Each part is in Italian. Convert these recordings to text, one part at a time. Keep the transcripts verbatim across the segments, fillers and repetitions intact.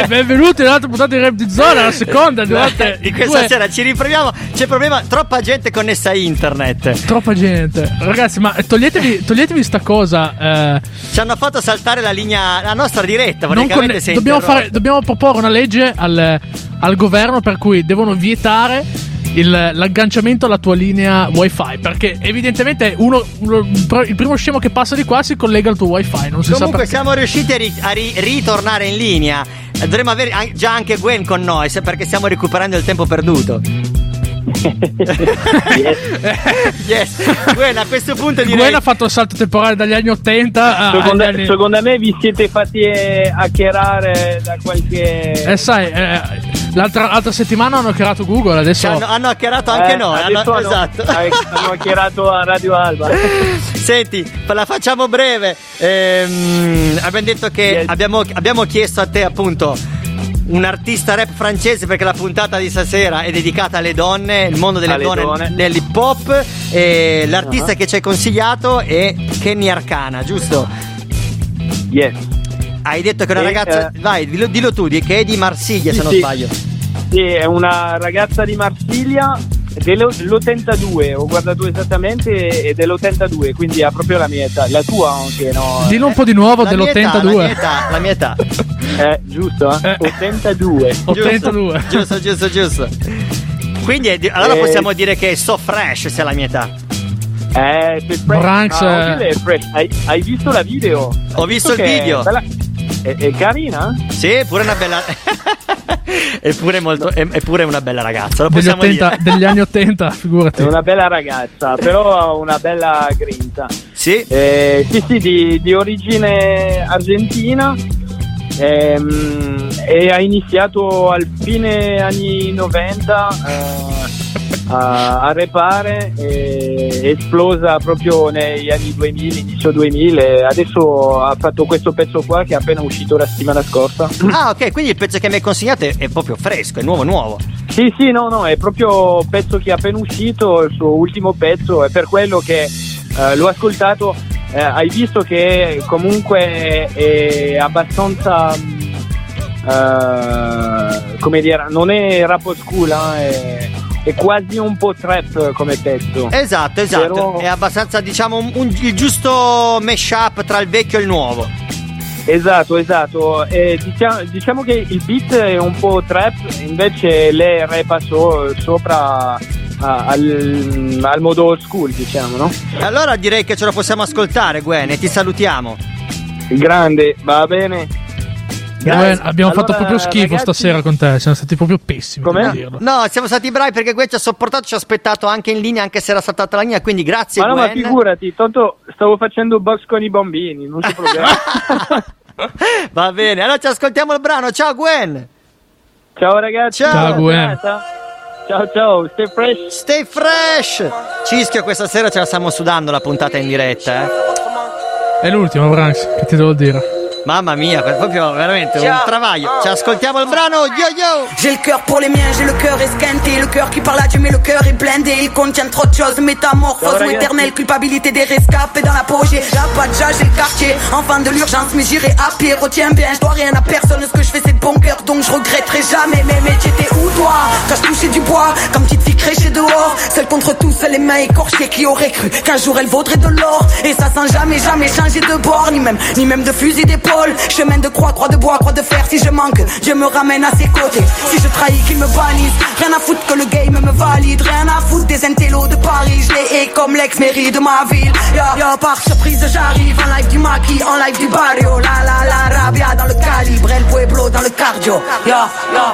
benvenuti nell'altra puntata di Rap di Zona, la seconda durante di questa due... sera ci riproviamo. C'è problema, troppa gente connessa a internet. Troppa gente. Ragazzi, ma toglietevi toglietevi sta cosa. Eh... Ci hanno fatto saltare la linea, la nostra diretta. Conne- dobbiamo, fare, dobbiamo proporre una legge al, al governo per cui devono vietare il, l'agganciamento alla tua linea wifi, perché evidentemente uno, uno il primo scemo che passa di qua si collega al tuo wifi, non si comunque sa siamo riusciti a, ri, a ri, ritornare in linea. Dovremmo avere già anche Gwen con noi, perché stiamo recuperando il tempo perduto. Yes. Yes. Gwen, a questo punto direi... Gwen ha fatto il salto temporale dagli anni ottanta a secondo, anni... secondo me vi siete fatti hackerare da qualche... Eh sai, eh, l'altra, l'altra settimana hanno hackerato Google, adesso hanno, hanno hackerato anche eh, noi hanno, hanno, esatto. hanno hackerato a Radio Alba. Senti, la facciamo breve. ehm, abbiamo detto che yes. abbiamo, abbiamo chiesto a te appunto un artista rap francese, perché la puntata di stasera è dedicata alle donne, il mondo delle donne, donne nell'hip hop, e l'artista uh-huh. che ci hai consigliato è Kenny Arcana, giusto? Yes. Hai detto che è una e, ragazza uh, vai, dillo, dillo tu, che è di Marsiglia, sì, se non sì. sbaglio. Sì, è una ragazza di Marsiglia dell'ottantadue, ho guardato esattamente, è dell'ottantadue, quindi ha proprio la mia età, la tua anche, no? Dillo un po' di nuovo, la dell'ottantadue. Mia età, la mia età, la mia età. Eh, giusto, eh? ottantadue. ottantadue. Giusto, giusto, giusto. Quindi è, allora eh, possiamo dire che è so fresh se è la mia età. Eh, se Branks, ah, è fresh. Hai, hai visto la video? Ho visto il video. È, bella... è, è carina? Sì, pure una bella... è, pure molto, è, è pure una bella ragazza, lo degli possiamo ottanta, dire. Degli anni ottanta, figurati. È una bella ragazza, però ha una bella grinta. Sì? Eh, sì, sì, di, di origine argentina. Ehm, e ha iniziato al fine anni novanta eh, a, a rappare, e è esplosa proprio negli anni duemila, inizio duemila. Adesso ha fatto questo pezzo qua che è appena uscito la settimana scorsa. Ah, ok, quindi il pezzo che mi hai consegnato è, è proprio fresco, è nuovo nuovo. Sì, sì, no, no, è proprio un pezzo che è appena uscito, il suo ultimo pezzo, è per quello che eh, l'ho ascoltato. Eh, hai visto che comunque è abbastanza uh, come dire, non è rap old school, eh, è, è quasi un po' trap come pezzo. Esatto, esatto. Però... è abbastanza, diciamo, un, un, il giusto mash-up tra il vecchio e il nuovo. Esatto, esatto. E diciamo, diciamo che il beat è un po' trap, invece lei rappa so, sopra Ah, al, al modo old school, diciamo, no? Allora direi che ce lo possiamo ascoltare, Gwen, e ti salutiamo. Grande, va bene. Gwen, abbiamo allora, fatto proprio schifo ragazzi... stasera con te, siamo stati proprio pessimi. Come? Dirlo. No, siamo stati bravi perché Gwen ci ha sopportato, ci ha aspettato anche in linea, anche se era saltata la linea, quindi grazie, ma Gwen. No, ma figurati, tanto stavo facendo box con i bambini, non c'è problema. Va bene, allora ci ascoltiamo il brano. Ciao Gwen. Ciao ragazzi. Ciao, ciao Gwen. Ciao ciao, stay fresh. Stay fresh. Cischio, questa sera ce la stiamo sudando la puntata in diretta, eh. È l'ultima, Branks, che ti devo dire. Mamma mia, proprio veramente un travaglio. Ci ascoltiamo il brano, yo yo. J'ai le cœur pour les miens, j'ai le cœur esquinté, le cœur qui parle à Dieu mais le cœur est blindé. Il contient trop de choses, métamorphose ou éternelle culpabilité des rescapés dans la peau. J'ai la padja, j'ai le quartier, enfant de l'urgence mais j'irai à pied. Retiens bien, je dois rien à personne, ce que je fais c'est de bon cœur donc je regretterai jamais. Mais mais t'étais où toi, quand je touchais du bois, comme petite fille créchée dehors, seule contre tous, seule les mains écorchées. Qui aurait cru qu'un jour elle vaudrait de l'or. Et ça sans jamais jamais changer de bord, ni même, ni même de fusil d'épaule. Chemin de croix, croix de bois, croix de fer. Si je manque, Dieu me ramène à ses côtés. Si je trahis, qu'il me bannisse. Rien à foutre que le game me valide. Rien à foutre des intellos de Paris. Je les hais comme l'ex-mairie de ma ville. Ya, ya, par surprise j'arrive. En live du maquis, en live du barrio. La la la rabia dans le calibre. El pueblo dans le cardio. Ya, ya.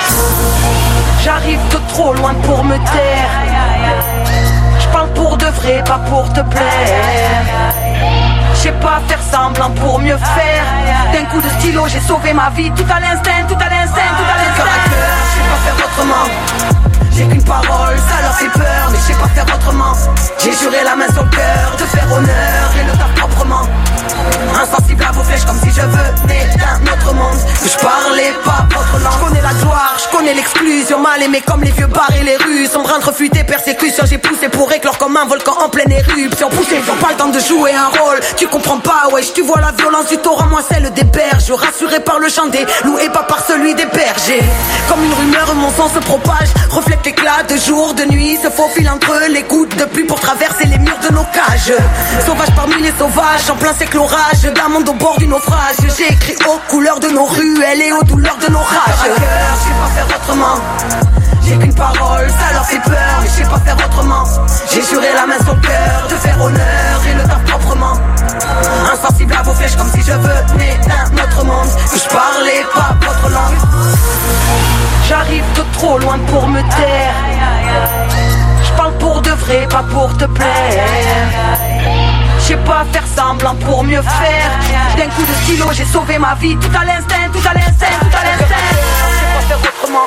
J'arrive de trop loin pour me taire. Je parle pour de vrai, pas pour te plaire. Je sais pas faire semblant pour mieux faire. D'un coup de stylo j'ai sauvé ma vie. Tout à l'instinct, tout à l'instinct, tout à l'instinct. Cœur à cœur, je sais pas faire autrement. J'ai qu'une parole, ça leur fait peur. Mais je sais pas faire autrement. J'ai juré la main sur le cœur de faire honneur et le faire proprement. Insensible à vos flèches comme si je venais d'un autre monde. Que je parlais pas votre langue. Je connais la gloire, je connais l'exclusion. Mal aimé comme les vieux bars et les rues. Sombre entre fuite et persécution. J'ai poussé pour éclore comme comme un volcan en pleine éruption. Poussé, ils ont pas le temps de jouer un rôle. Tu comprends pas, wesh, tu vois la violence du torrent, moi celle des berges. Rassuré par le chant des loups et pas par celui des bergers. Comme une rumeur, mon sang se propage, reflète l'éclat de jour, de nuit, se faufile entre les gouttes de pluie pour traverser les murs de nos cages. Sauvage parmi les sauvages, en plein siècle orage, d'un monde au bord du naufrage. J'ai écrit aux couleurs de nos ruelles et aux douleurs de nos rages. Je sais pas faire autrement. J'ai qu'une parole, ça leur fait peur, mais je sais pas faire autrement. J'ai juré la main sur le cœur de faire honneur et le taf proprement. Insensible à vos flèches comme si je venais d'un autre monde, que je parlais pas votre langue. J'arrive de trop loin pour me taire. Je parle pour de vrai, pas pour te plaire. Je sais pas faire semblant pour mieux faire. D'un coup de stylo, j'ai sauvé ma vie. Tout à l'instinct, tout à l'instinct, tout à l'instinct. Je sais pas faire autrement.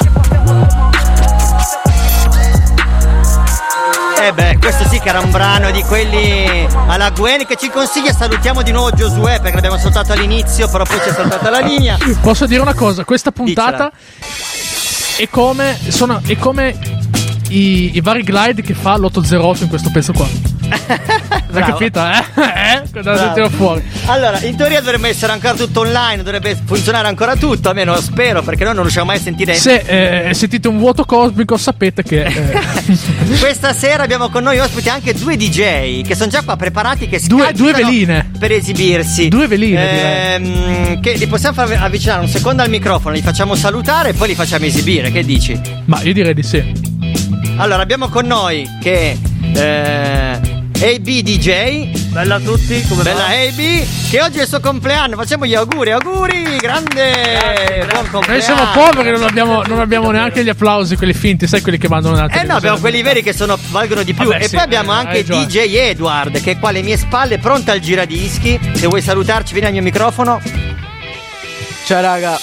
Eh beh, questo sì che era un brano di quelli alla Gwen che ci consiglia. Salutiamo di nuovo Giosuè perché l'abbiamo saltato all'inizio, però poi ci è saltata la linea. Posso dire una cosa? Questa puntata è come, sono, è come i, i vari glide che fa l'otto zero otto in questo pezzo qua. L'hai capito, eh? Eh? Cosa sentiamo fuori? Allora, in teoria dovrebbe essere ancora tutto online, dovrebbe funzionare ancora tutto, almeno lo spero, perché noi non riusciamo mai a sentire. Se eh, sentite un vuoto cosmico, sapete che eh. Questa sera abbiamo con noi ospiti anche due D J che sono già qua preparati, che due, due veline per esibirsi. Due veline, ehm, direi. Che li possiamo far avvicinare un secondo al microfono, li facciamo salutare e poi li facciamo esibire. Che dici? Ma io direi di sì. Allora, abbiamo con noi che eh, A B D J. Bella a tutti, come Bella va? A B, che oggi è il suo compleanno. Facciamo gli auguri, auguri, grande. Grazie, buon compleanno. Noi siamo poveri, non abbiamo, non abbiamo neanche gli applausi, quelli finti, sai, quelli che vanno nella Eh no, abbiamo quelli veri che sono, valgono di più. Vabbè, e sì, poi abbiamo eh, anche D D J Edward, che è qua alle mie spalle, pronta al giradischi. Se vuoi salutarci, vieni al mio microfono. Ciao raga.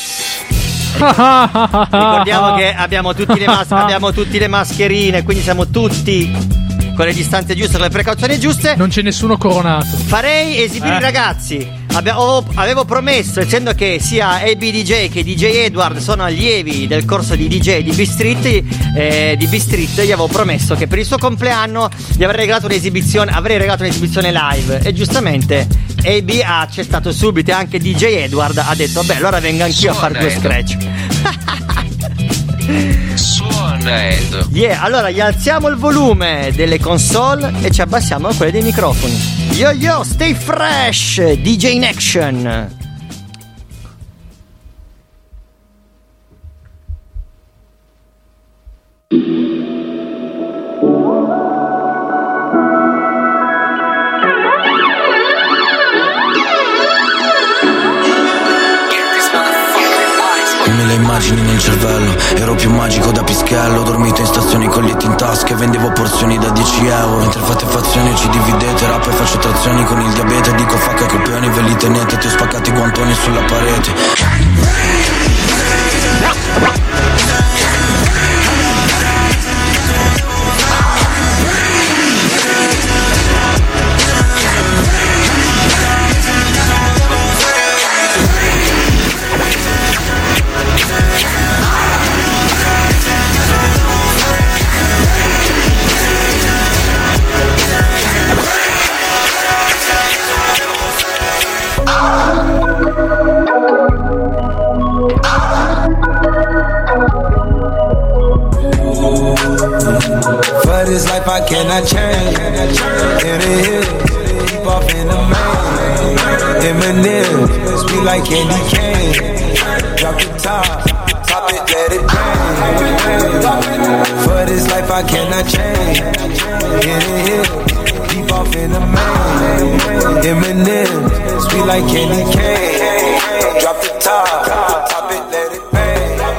Ricordiamo che abbiamo tutti le mas- abbiamo tutti le mascherine, quindi siamo tutti con le distanze giuste, con le precauzioni giuste. Non c'è nessuno coronato. Farei esibire Eh. i ragazzi. Abbiamo, oh, avevo promesso, essendo che sia A B D J che D J Edward sono allievi del corso di D J di B-Street, eh, di B-Street, gli avevo promesso che per il suo compleanno gli avrei regalato un'esibizione, avrei regalato un'esibizione live. E giustamente A B ha accettato subito, e anche D J Edward ha detto: beh, allora vengo anch'io a fare due scratch. Suona Edo. Yeah, allora gli alziamo il volume delle console e ci abbassiamo quelle dei microfoni. Yo yo, stay fresh, D J in action. Mille immagini nel cervello, ero più magico da Pischello. Dormito in stazioni con lieti in tasca e vendevo porzioni da dieci euro. Mentre fate fazioni ci dividete, rap e faccio trazioni con il diabete. Dico facca ai copioni, ve li tenete, ti ho spaccato i guantoni sulla parete. For this life I cannot change. In the hills, deep off in the main. Eminem, sweet like candy cane. Drop the top, top it, let it bang. For this life I cannot change. In the hills, deep off in the main. Eminem, sweet like candy cane. Drop the top, top it, let it bang.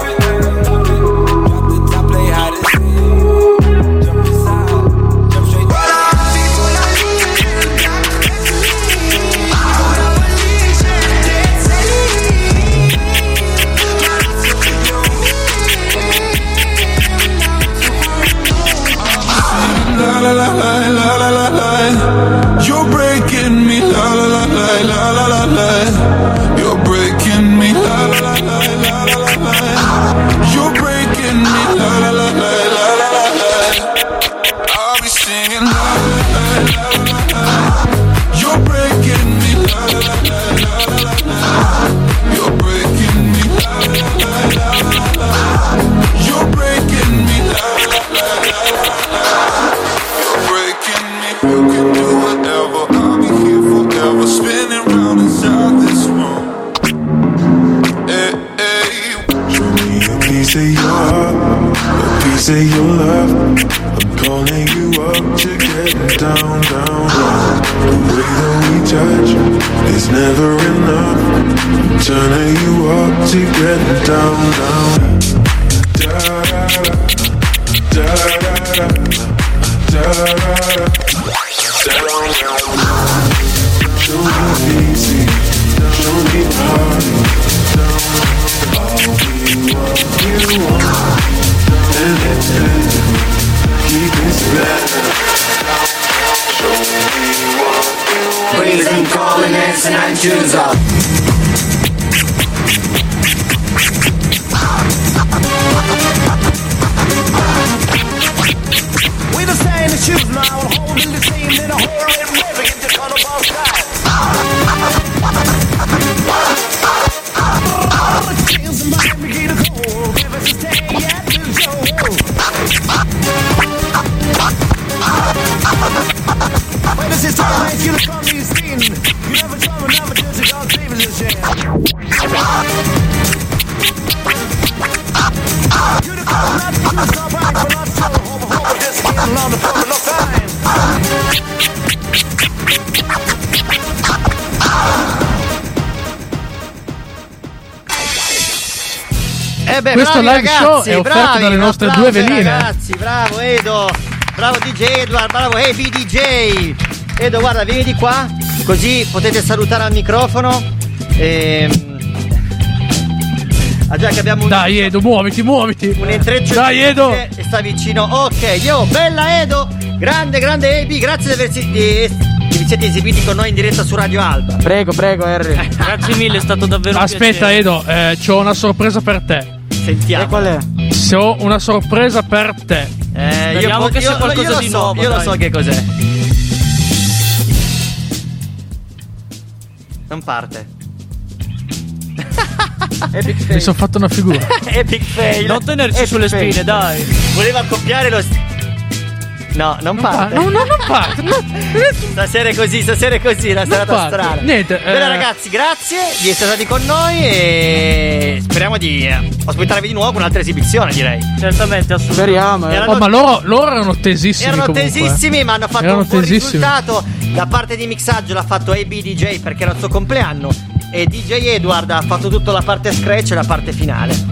La la la la la la la. You're breaking me. La la la la la la la la. You're breaking me. La la la la la la la. You're breaking me. La la la la la la la. I'll be singing la la la la la. You're breaking me la la la la la la. You're breaking me la la la la la. You're breaking me la la la la la. You're breaking me. You can do whatever. I'll be here forever, spinning round inside this room. Hey, hey. Show me a piece of your heart, a piece of your love. I'm calling you up to get down, down, down. The way that we touch is never enough. I'm turning you up to get down, down. Da da da da da da da da. Down, down. Show me easy, show me party. Down, I'll be what you want, and it's better. Keep it better. Show me what you want. Raising, calling, dancing, and tunes up. We the same as shoes now, holding the same in a hole and living in the color of our sides. All the skills in mind we get a cold. Give us a stay at the show. When this is time, man, you look on these scenes. You never trouble, never judge it, God's saving this shit. You the call, not the truth, not right, but not so. Hope, hope, just getting on the phone with no time. Eh beh, questo bravi live ragazzi, show è offerto bravi, dalle nostre due veline. Ragazzi, bravo Edo, bravo D J Edward, bravo A B D J. Edo, guarda, vieni di qua, così potete salutare al microfono. Ehm... Ah già che abbiamo un... Dai Edo, muoviti, muoviti. Un intreccio. Dai Edo. E sta vicino. Ok, io, bella Edo. Grande, grande A B, grazie di aversi di, di vi siete esibiti con noi in diretta su Radio Alba. Prego, prego Harry. Grazie mille, è stato davvero un Aspetta piacere. Edo, eh, c'ho una sorpresa per te. Sentiamo. E qual è? C'ho una sorpresa per te. Eh, Speriamo io, che sia io, qualcosa io lo di so, nuovo, Io dai. lo so che cos'è. Non parte. Epic Mi fail. sono fatto una figura. Epic fail. Non tenerci Epic sulle fail. spine, dai. Voleva copiare lo st- No, non parte. No, no, non parte. No. Stasera è così, stasera è così, una serata parte. strana. Niente, Bene eh. ragazzi, grazie di essere stati con noi e speriamo di eh, ospitarvi di nuovo con un'altra esibizione, direi. Certamente, assolutamente. Speriamo, eh. Erano- Oh, ma loro, loro erano tesissimi. Erano comunque. tesissimi, ma hanno fatto Erano un buon tesissimi. risultato. La parte di mixaggio l'ha fatto A B D J perché era il suo compleanno. E D J Edward ha fatto tutta la parte scratch e la parte finale.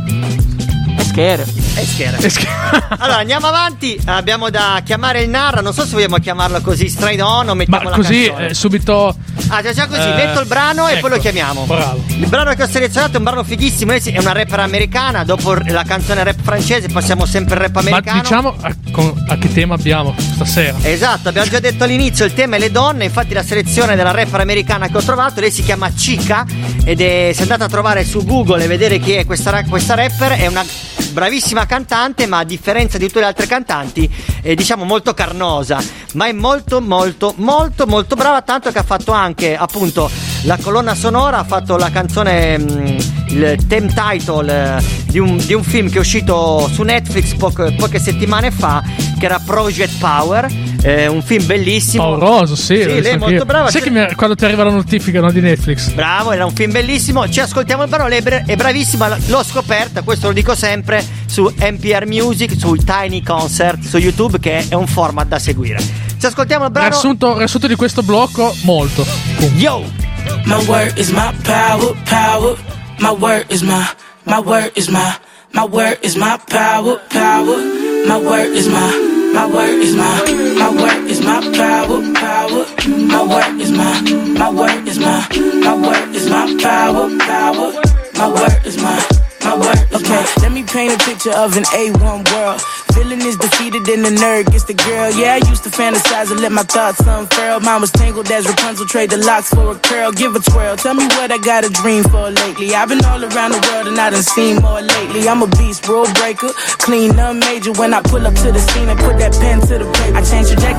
È schiere. E schiera. E schi- Allora andiamo avanti. Abbiamo da chiamare il Narra. Non so se vogliamo chiamarlo così straight on o mettiamo Ma la così canzone. eh, subito. Ah già già così, eh, metto il brano e ecco, poi lo chiamiamo. Bravo. Il brano che ho selezionato è un brano fighissimo. Lei è una rapper americana. Dopo la canzone rap francese passiamo sempre al rap Ma americano. diciamo a, con- a che tema abbiamo stasera. Esatto, abbiamo già detto all'inizio, il tema è le donne. Infatti la selezione della rapper americana che ho trovato, lei si chiama Chica. Ed è, se andate a trovare su Google e vedere chi è questa, ra- questa rapper, è una bravissima cantante, ma a differenza di tutte le altre cantanti è diciamo molto carnosa, ma è molto molto molto molto brava, tanto che ha fatto anche appunto la colonna sonora, ha fatto la canzone mh, il theme title eh, di, un, di un film che è uscito su Netflix poche, poche settimane fa, che era Project Power, eh, un film bellissimo. Pauroso, sì. Sì, lo lei so è che molto io. brava. Sai che mi- quando ti arriva la notifica, no, di Netflix? Bravo, era un film bellissimo. Ci ascoltiamo il brano, lei è bra- è bravissima. L'ho scoperta, questo lo dico sempre, su N P R Music, sul Tiny Concert su YouTube, che è un format da seguire. Ci ascoltiamo il brano. Riassunto, riassunto di questo blocco, molto. Yo! My word is my power, power. My word is my, my word is my, my word is my power, power. My word is my, my word is my, my word is my power, power. My word is my, my word is my, my word is my power, power. My word is my, my word is my. Okay, let me paint a picture of an A one world. Villain is defeated and the nerd gets the girl. Yeah, I used to fantasize and let my thoughts unfurl. Mine was tangled as Rapunzel, trade the locks for a curl. Give a twirl, tell me what I got a dream for lately. I've been all around the world and I done seen more lately. I'm a beast, rule breaker, clean, none major. When I pull up to the scene and put that pen to the paper, I change trajectory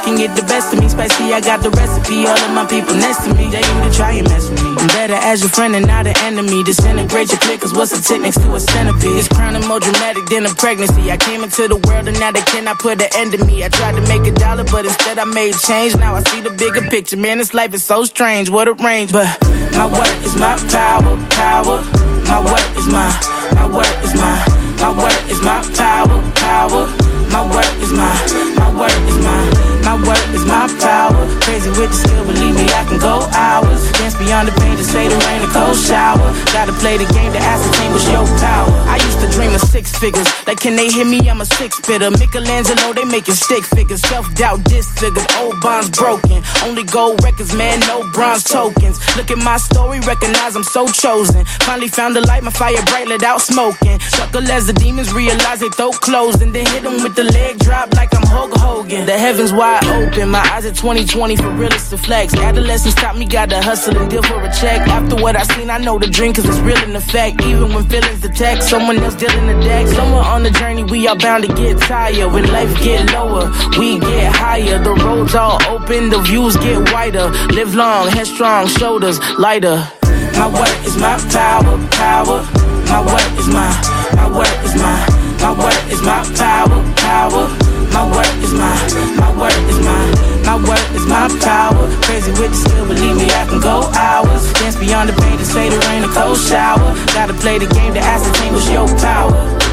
can get the best of me. Spicy, I got the recipe. All of my people next to me, they you to try and mess with me. I'm better as your friend and not an enemy. Disintegrate your click, cause what's a tick next to a centipede? It's crowning more dramatic than a pregnancy. I came into the world and now they cannot put an end to me. I tried to make a dollar, but instead I made change. Now I see the bigger picture. Man, this life is so strange. What a range, but my work is my power, power. My work is my, my work is my, my work is my power, power. My work is my, my work is my, my work is my power. Crazy with the skill, believe me, I can go hours. Dance beyond the pain to say the rain, a cold shower. Gotta play the game to ascertain what's your power. I used to dream of six figures, like can they hear me? I'm a six-fitter. Michelangelo, they making stick figures. Self-doubt disfigured, old bonds broken. Only gold records, man, no bronze tokens. Look at my story, recognize I'm so chosen. Finally found the light, my fire bright, let out smoking. Chuckle as the demons realize they throat closed, and then hit them with the leg drop like I'm Hulk Hogan. The heavens wide open, my eyes are twenty twenty for real, it's the flex. Adolescence taught me gotta hustle and deal for a check. After what I seen, I know the dream cause it's real in effect. Even when feelings detect, someone else dealing the deck. Somewhere on the journey we are bound to get tired. When life get lower, we get higher. The roads all open, the views get wider. Live long, headstrong, shoulders lighter. My work is my power, power. My work is my, my work is my, my work is my power, power. My work is my, my work is my, my work is my power. Crazy with the skill, believe me, I can go hours. Dance beyond the pain to say the rain, a cold shower. Gotta play the game to ascertain what's your power.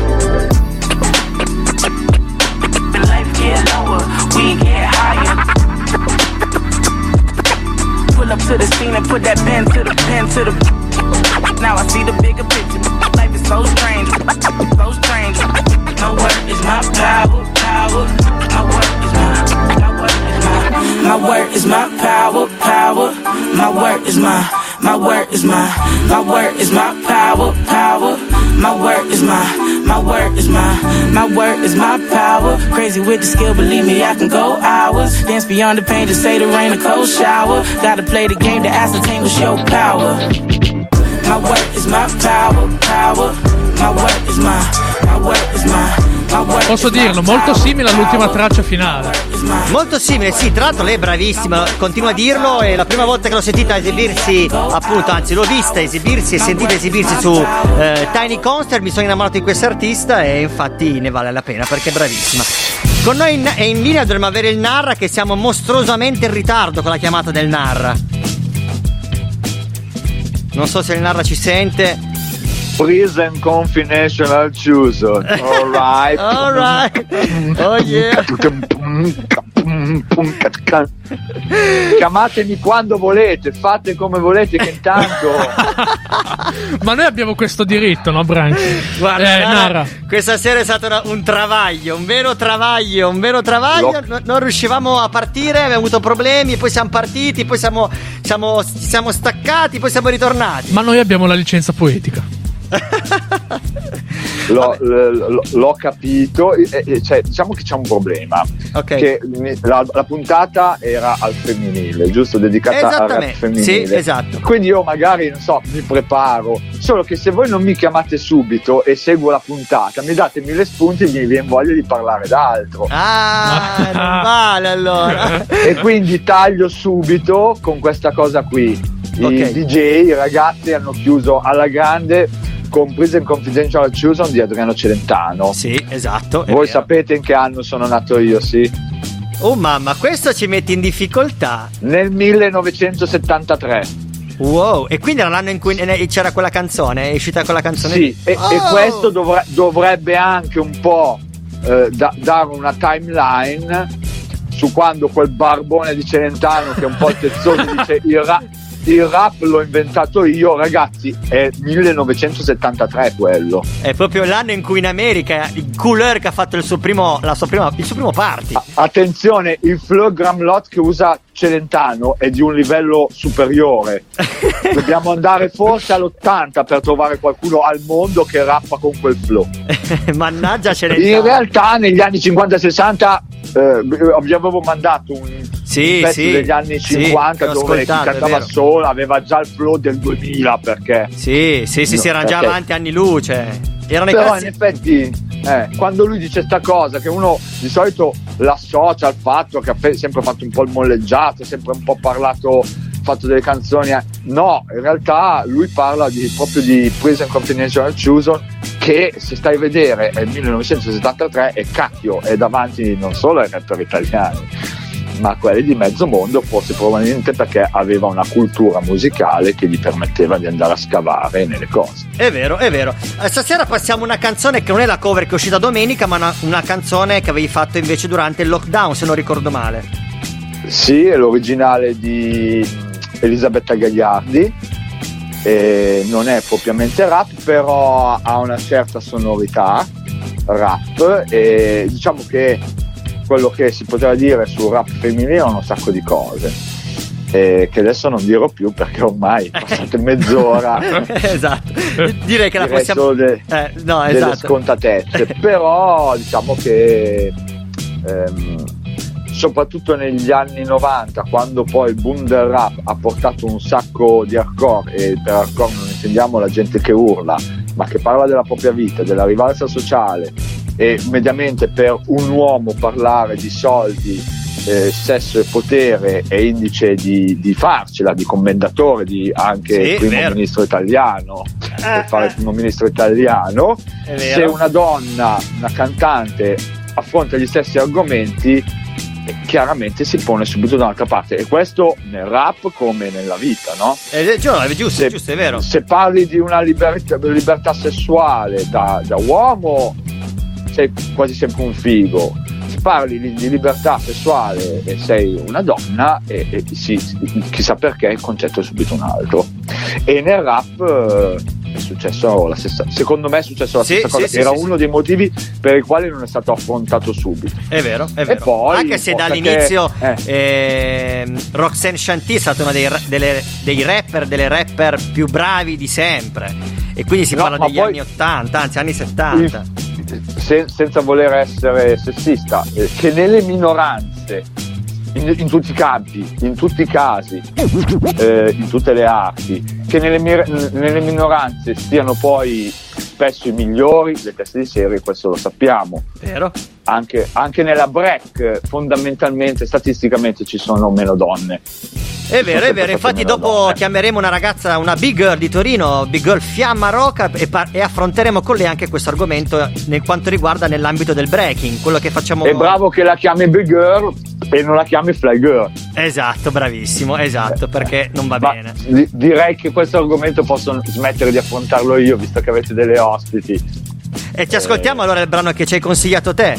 When life get lower, we get higher. Pull up to the scene and put that pen to the pen to the. Now I see the bigger picture. Life is so strange, so strange. My work is my power, power. My work is my, my work is my, my work is my power, power. My work is my, my work is my, my work is my power, power. My work is my, my work is my, my work is my power. Crazy with the skill, believe me, I can go hours. Dance beyond the pain to say the rain, a cold shower. Gotta play the game to ascertain what's your power. My work is my power, power. My work is my, my work is my. Posso dirlo, molto simile all'ultima traccia finale. Molto simile, sì, tra l'altro lei è bravissima, continua a dirlo, e la prima volta che l'ho sentita esibirsi, appunto, anzi l'ho vista esibirsi e sentita esibirsi su eh, Tiny Concert, mi sono innamorato di questa artista e infatti ne vale la pena perché è bravissima. Con noi in, in linea dovremmo avere il Narra, che siamo mostruosamente in ritardo con la chiamata del Narra. Non so se il Narra ci sente. Prison confidential chosen. Alright. Alright. Oh yeah. Chiamatemi quando volete, fate come volete, che intanto. Ma noi abbiamo questo diritto, no, Branchi? Guarda, eh, Nara, questa sera è stato una, un travaglio, un vero travaglio, un vero travaglio. No, non riuscivamo a partire, abbiamo avuto problemi, poi siamo partiti, poi siamo, siamo, siamo staccati, poi siamo ritornati. Ma noi abbiamo la licenza poetica. L'ho, l'ho, l'ho capito, e, e, cioè, diciamo che c'è un problema, okay. Che la, la puntata era al femminile, giusto? Dedicata al rap femminile. Sì, esatto. Quindi io magari, non so, mi preparo, solo che se voi non mi chiamate subito e seguo la puntata, mi date mille spunti e mi viene voglia di parlare d'altro. Ah, non vale allora. E quindi taglio subito con questa cosa qui. I okay. D J, i ragazzi hanno chiuso alla grande con Prison Confidential Chosen di Adriano Celentano. Sì, esatto. Voi sapete in che anno sono nato io, sì? Oh mamma, questo ci mette in difficoltà. Nel millenovecentosettantatré. Wow, e quindi era l'anno in cui c'era quella canzone, è uscita quella canzone? Sì, e, oh! e questo dovre- dovrebbe anche un po' eh, da- dare una timeline su quando quel barbone di Celentano, che è un po' il tezzoso, dice il rap il rap l'ho inventato io, ragazzi, è millenovecentosettantatré quello. È proprio l'anno in cui in America il Kool Herc ha fatto il suo primo, la sua prima, il suo primo party. A- attenzione, il flow Gramlot che usa Celentano è di un livello superiore. Dobbiamo andare forse all'ottanta per trovare qualcuno al mondo che rappa con quel flow. Mannaggia Celentano. In realtà negli anni cinquanta sessanta eh, vi avevo mandato un, sì, un pezzo sì, degli anni cinquanta sì, dove chi cantava solo aveva già il flow del duemila, perché sì sì sì, no, si erano già perché... avanti anni luce. Erano però classi... in effetti eh, quando lui dice sta cosa che uno di solito l'associa al fatto che ha fe- sempre fatto un po' il molleggiato, sempre un po' parlato, fatto delle canzoni, eh. no, in realtà lui parla di, proprio di Prison Confidential Chosen, che se stai a vedere è il millenovecentosettantatré e cacchio è davanti non solo ai rapper italiani ma a quelli di mezzo mondo, forse probabilmente perché aveva una cultura musicale che gli permetteva di andare a scavare nelle cose. È vero, è vero. Stasera passiamo una canzone che non è la cover che è uscita domenica, ma una, una canzone che avevi fatto invece durante il lockdown, se non ricordo male. Sì, è l'originale di Elisabetta Gagliardi, e non è propriamente rap, però ha una certa sonorità rap, e diciamo che quello che si poteva dire sul rap femminile è un sacco di cose, eh, che adesso non dirò più perché ormai passate mezz'ora. Esatto, direi che la direi possiamo solo de- eh, no, delle esatto. scontatezze, però diciamo che ehm, soprattutto negli anni novanta, quando poi il boom del rap ha portato un sacco di hardcore, e per hardcore non intendiamo la gente che urla, ma che parla della propria vita, della rivalsa sociale, e mediamente per un uomo parlare di soldi, eh, sesso e potere è indice di, di farcela, di commendatore, di anche Sì, il primo vero. ministro italiano, Eh, per fare eh. il primo ministro italiano. È Se vero. una donna, una cantante affronta gli stessi argomenti, eh, chiaramente si pone subito da un'altra parte, e questo nel rap come nella vita, no? Eh, giusto, è giusto, Se- è giusto, è vero. Se parli di una libertà, libertà sessuale da, da uomo, sei quasi sempre un figo. Se parli di, di libertà sessuale e sei una donna, e, e sì, chissà perché il concetto è subito un altro. E nel rap eh, è successo la stessa, secondo me è successo la Sì, stessa cosa, sì, sì, era sì, uno dei motivi per i quali non è stato affrontato subito. È vero, è E vero. poi, Anche se forse dall'inizio che- ehm, Roxanne Shanty è stata una dei, ra- delle- dei rapper, delle rapper più bravi di sempre. E quindi si No, parla ma degli poi- anni ottanta, anzi anni settanta. Se- senza voler essere sessista, eh, che nelle minoranze, in, in tutti i campi, in tutti i casi, eh, in tutte le arti, che nelle, mir- nelle minoranze stiano poi spesso i migliori, le teste di serie, questo lo sappiamo. Vero? Anche, anche nella break, fondamentalmente, statisticamente, ci sono meno donne. È vero, è sempre vero. state Infatti, meno dopo donne. chiameremo una ragazza, una big girl di Torino, big girl Fiamma Roca, e, par- e affronteremo con lei anche questo argomento nel quanto riguarda nell'ambito del breaking, quello che facciamo. È bravo che la chiami Big Girl e non la chiami Fly Girl. Esatto, bravissimo, esatto, perché non va Ma bene. di- direi che questo argomento posso smettere di affrontarlo io, visto che avete delle ospiti. E ti ascoltiamo allora il brano che ci hai consigliato te.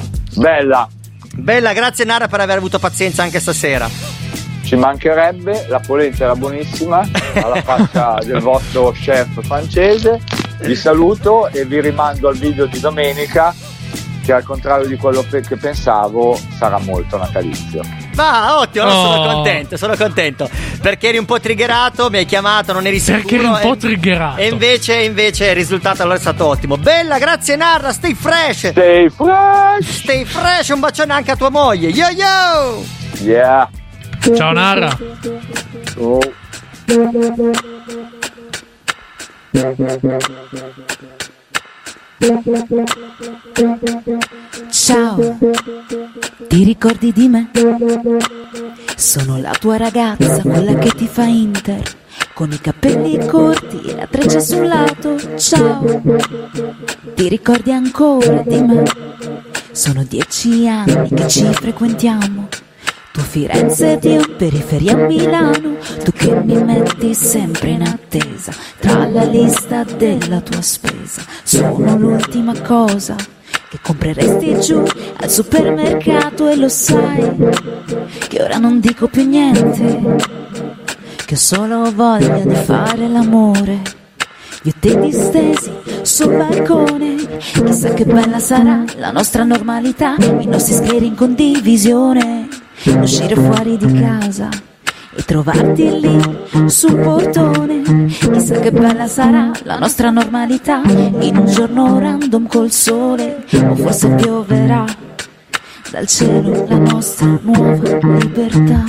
Bella, Bella, grazie Nara per aver avuto pazienza anche stasera. ci mancherebbe, la polenta era buonissima, alla faccia del vostro chef francese. Vi saluto e vi rimando al video di domenica, che al contrario di quello pe- che pensavo sarà molto natalizio. Va, ottimo, allora sono Oh. contento, sono contento. Perché eri un po' triggerato, mi hai chiamato, non eri sicuro. Perché eri un po' e- triggerato. E invece, invece il risultato allora è stato ottimo. Bella, grazie Narra, stay fresh. Stay fresh. Stay fresh, un bacione anche a tua moglie. Yo yo! Yeah. Ciao Nara. Oh. Ciao, ti ricordi di me? Sono la tua ragazza, quella che ti fa inter, con i capelli corti e la treccia sul lato. Ciao, ti ricordi ancora di me? Sono dieci anni che ci frequentiamo. Tu a Firenze ed io periferia a Milano. Tu che mi metti sempre in attesa tra la lista della tua spesa. Sono l'ultima cosa che compreresti giù al supermercato, e lo sai che ora non dico più niente, che ho solo voglia di fare l'amore. Io e te distesi sul balcone, chissà che bella sarà la nostra normalità, i nostri schieri in condivisione, uscire fuori di casa e trovarti lì sul portone. Chissà che bella sarà la nostra normalità, in un giorno random col sole, o forse pioverà dal cielo la nostra nuova libertà.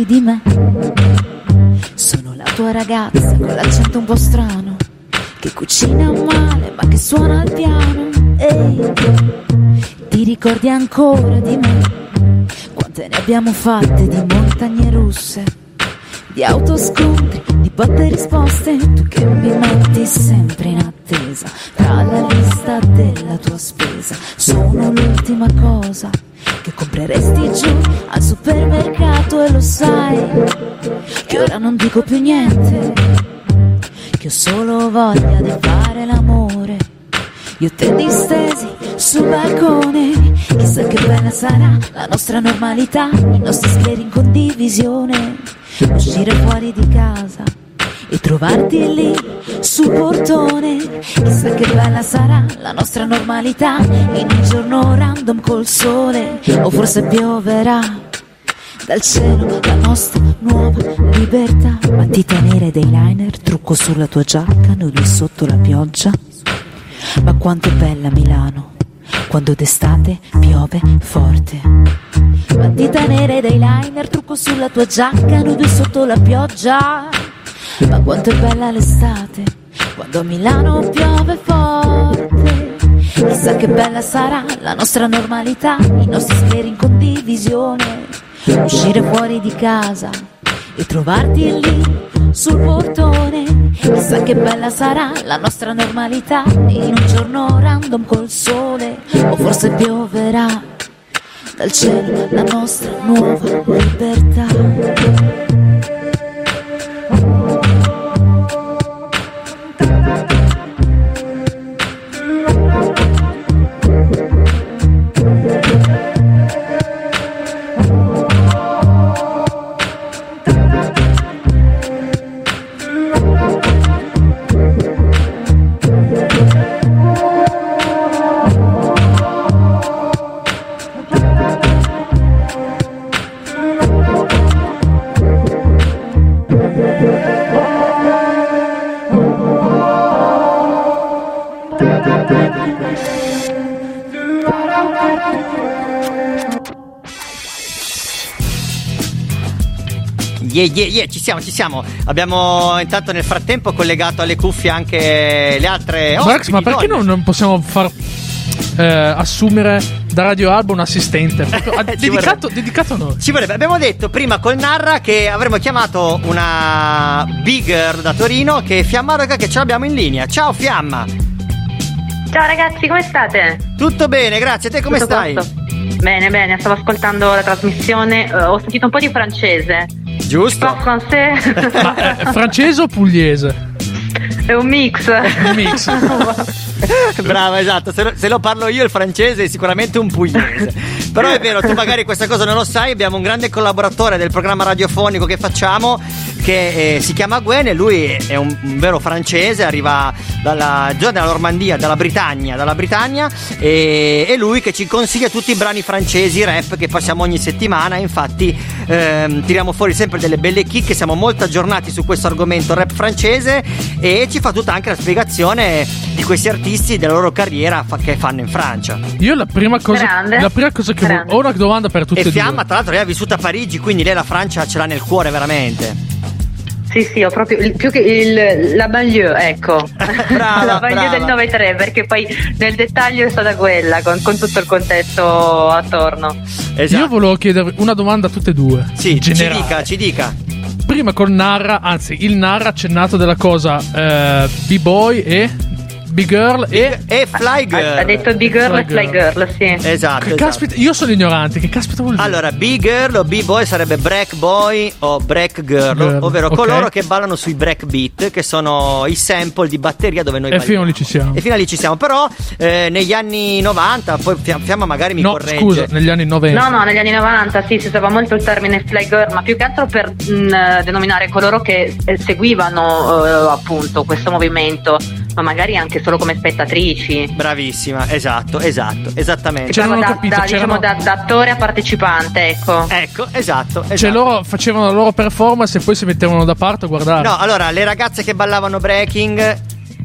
di me? Sono la tua ragazza con l'accento un po' strano, che cucina male ma che suona al piano. Ehi, ti ricordi ancora di me? Quante ne abbiamo fatte di montagne russe, di autoscontri, di botte e risposte. Tu che mi metti sempre in attesa tra la lista della tua spesa. Sono l'ultima cosa che compreresti giù al supermercato, e lo sai che ora non dico più niente, che ho solo voglia di fare l'amore. Io te distesi sul balcone, chissà che bella sarà la nostra normalità, i nostri scleri in condivisione. Uscire fuori di casa e trovarti lì sul portone, chissà che bella sarà la nostra normalità, in un giorno random col sole, o forse pioverà dal cielo la nostra nuova libertà. Matita nera ed eyeliner, trucco sulla tua giacca, nudi sotto la pioggia. Ma quanto è bella Milano quando d'estate piove forte. Matita nera ed eyeliner, trucco sulla tua giacca, nudi sotto la pioggia. Ma quanto è bella l'estate quando a Milano piove forte. Chissà che bella sarà la nostra normalità, i nostri scleri in condivisione. Uscire fuori di casa e trovarti lì sul portone, chissà che bella sarà la nostra normalità, in un giorno random col sole, o forse pioverà dal cielo la nostra nuova libertà. Yeah, yeah, yeah, ci siamo, ci siamo. Abbiamo intanto nel frattempo collegato alle cuffie anche le altre. Oh, Max, ma perché non, non possiamo far eh, assumere da Radio Alba un assistente proprio a, dedicato, dedicato a noi? Ci vorrebbe. Abbiamo detto prima col Narra che avremmo chiamato una big girl da Torino, che è Fiamma Roga, che ce l'abbiamo in linea. Ciao Fiamma. Ciao ragazzi, come state? Tutto bene, grazie. A te come Tutto stai? Posto? Bene, bene, stavo ascoltando la trasmissione, uh, ho sentito un po' di francese. Giusto? Français. Ma è francese o pugliese? È un mix. Un mix. Brava, esatto. Se lo, se lo parlo io il francese è sicuramente un pugliese. Però è vero, tu magari questa cosa non lo sai. Abbiamo un grande collaboratore del programma radiofonico che facciamo, che eh, si chiama Gwen, e lui è un, un vero francese, arriva dalla, già dalla Normandia, dalla Britannia, dalla Britannia, e è lui che ci consiglia tutti i brani francesi rap che passiamo ogni settimana. Infatti ehm, tiriamo fuori sempre delle belle chicche, siamo molto aggiornati su questo argomento rap francese, e ci fa tutta anche la spiegazione di questi artisti, della loro carriera fa- che fanno in Francia. Io la prima cosa, Grande. la prima cosa che vo- ho una domanda per tutti E e due. Fiamma tra l'altro lei ha vissuto a Parigi, quindi lei la Francia ce l'ha nel cuore veramente. Sì, sì, ho proprio il- più che il, la banlieue, ecco. Brava, la banlieue brava. del nove tre, perché poi nel dettaglio è stata quella, con, con tutto il contesto attorno. Esatto. Io volevo chiedere una domanda a tutte e due. Sì, in ci generale. dica, ci dica. Prima col Narra, anzi il Narra ha accennato della cosa eh, B-boy e B-girl e E Fly Girl. Ha detto big girl e fly girl, sì. Esatto, che esatto. caspita, io sono ignorante, che caspita vuol dire? Allora, B-girl o B-boy sarebbe break boy o break girl, Girl, ovvero ok. coloro che ballano sui break beat, che sono i sample di batteria dove noi E balliamo. fino lì ci siamo. E fino a lì ci siamo. Però eh, negli anni novanta, poi Fiam- Fiamma magari mi No, corregge. scusa, negli anni novanta. No, no, negli anni novanta sì, si usava molto il termine fly girl, ma più che altro per mh, denominare coloro che eh, seguivano eh, appunto questo movimento, ma magari anche solo come spettatrici. Bravissima, esatto, esatto, esattamente. Cioè, non ho da, capito, da, c'erano- diciamo da, da attore a partecipante, ecco. Ecco, esatto, esatto. Cioè loro facevano la loro performance e poi si mettevano da parte a guardare. No, allora, le ragazze che ballavano breaking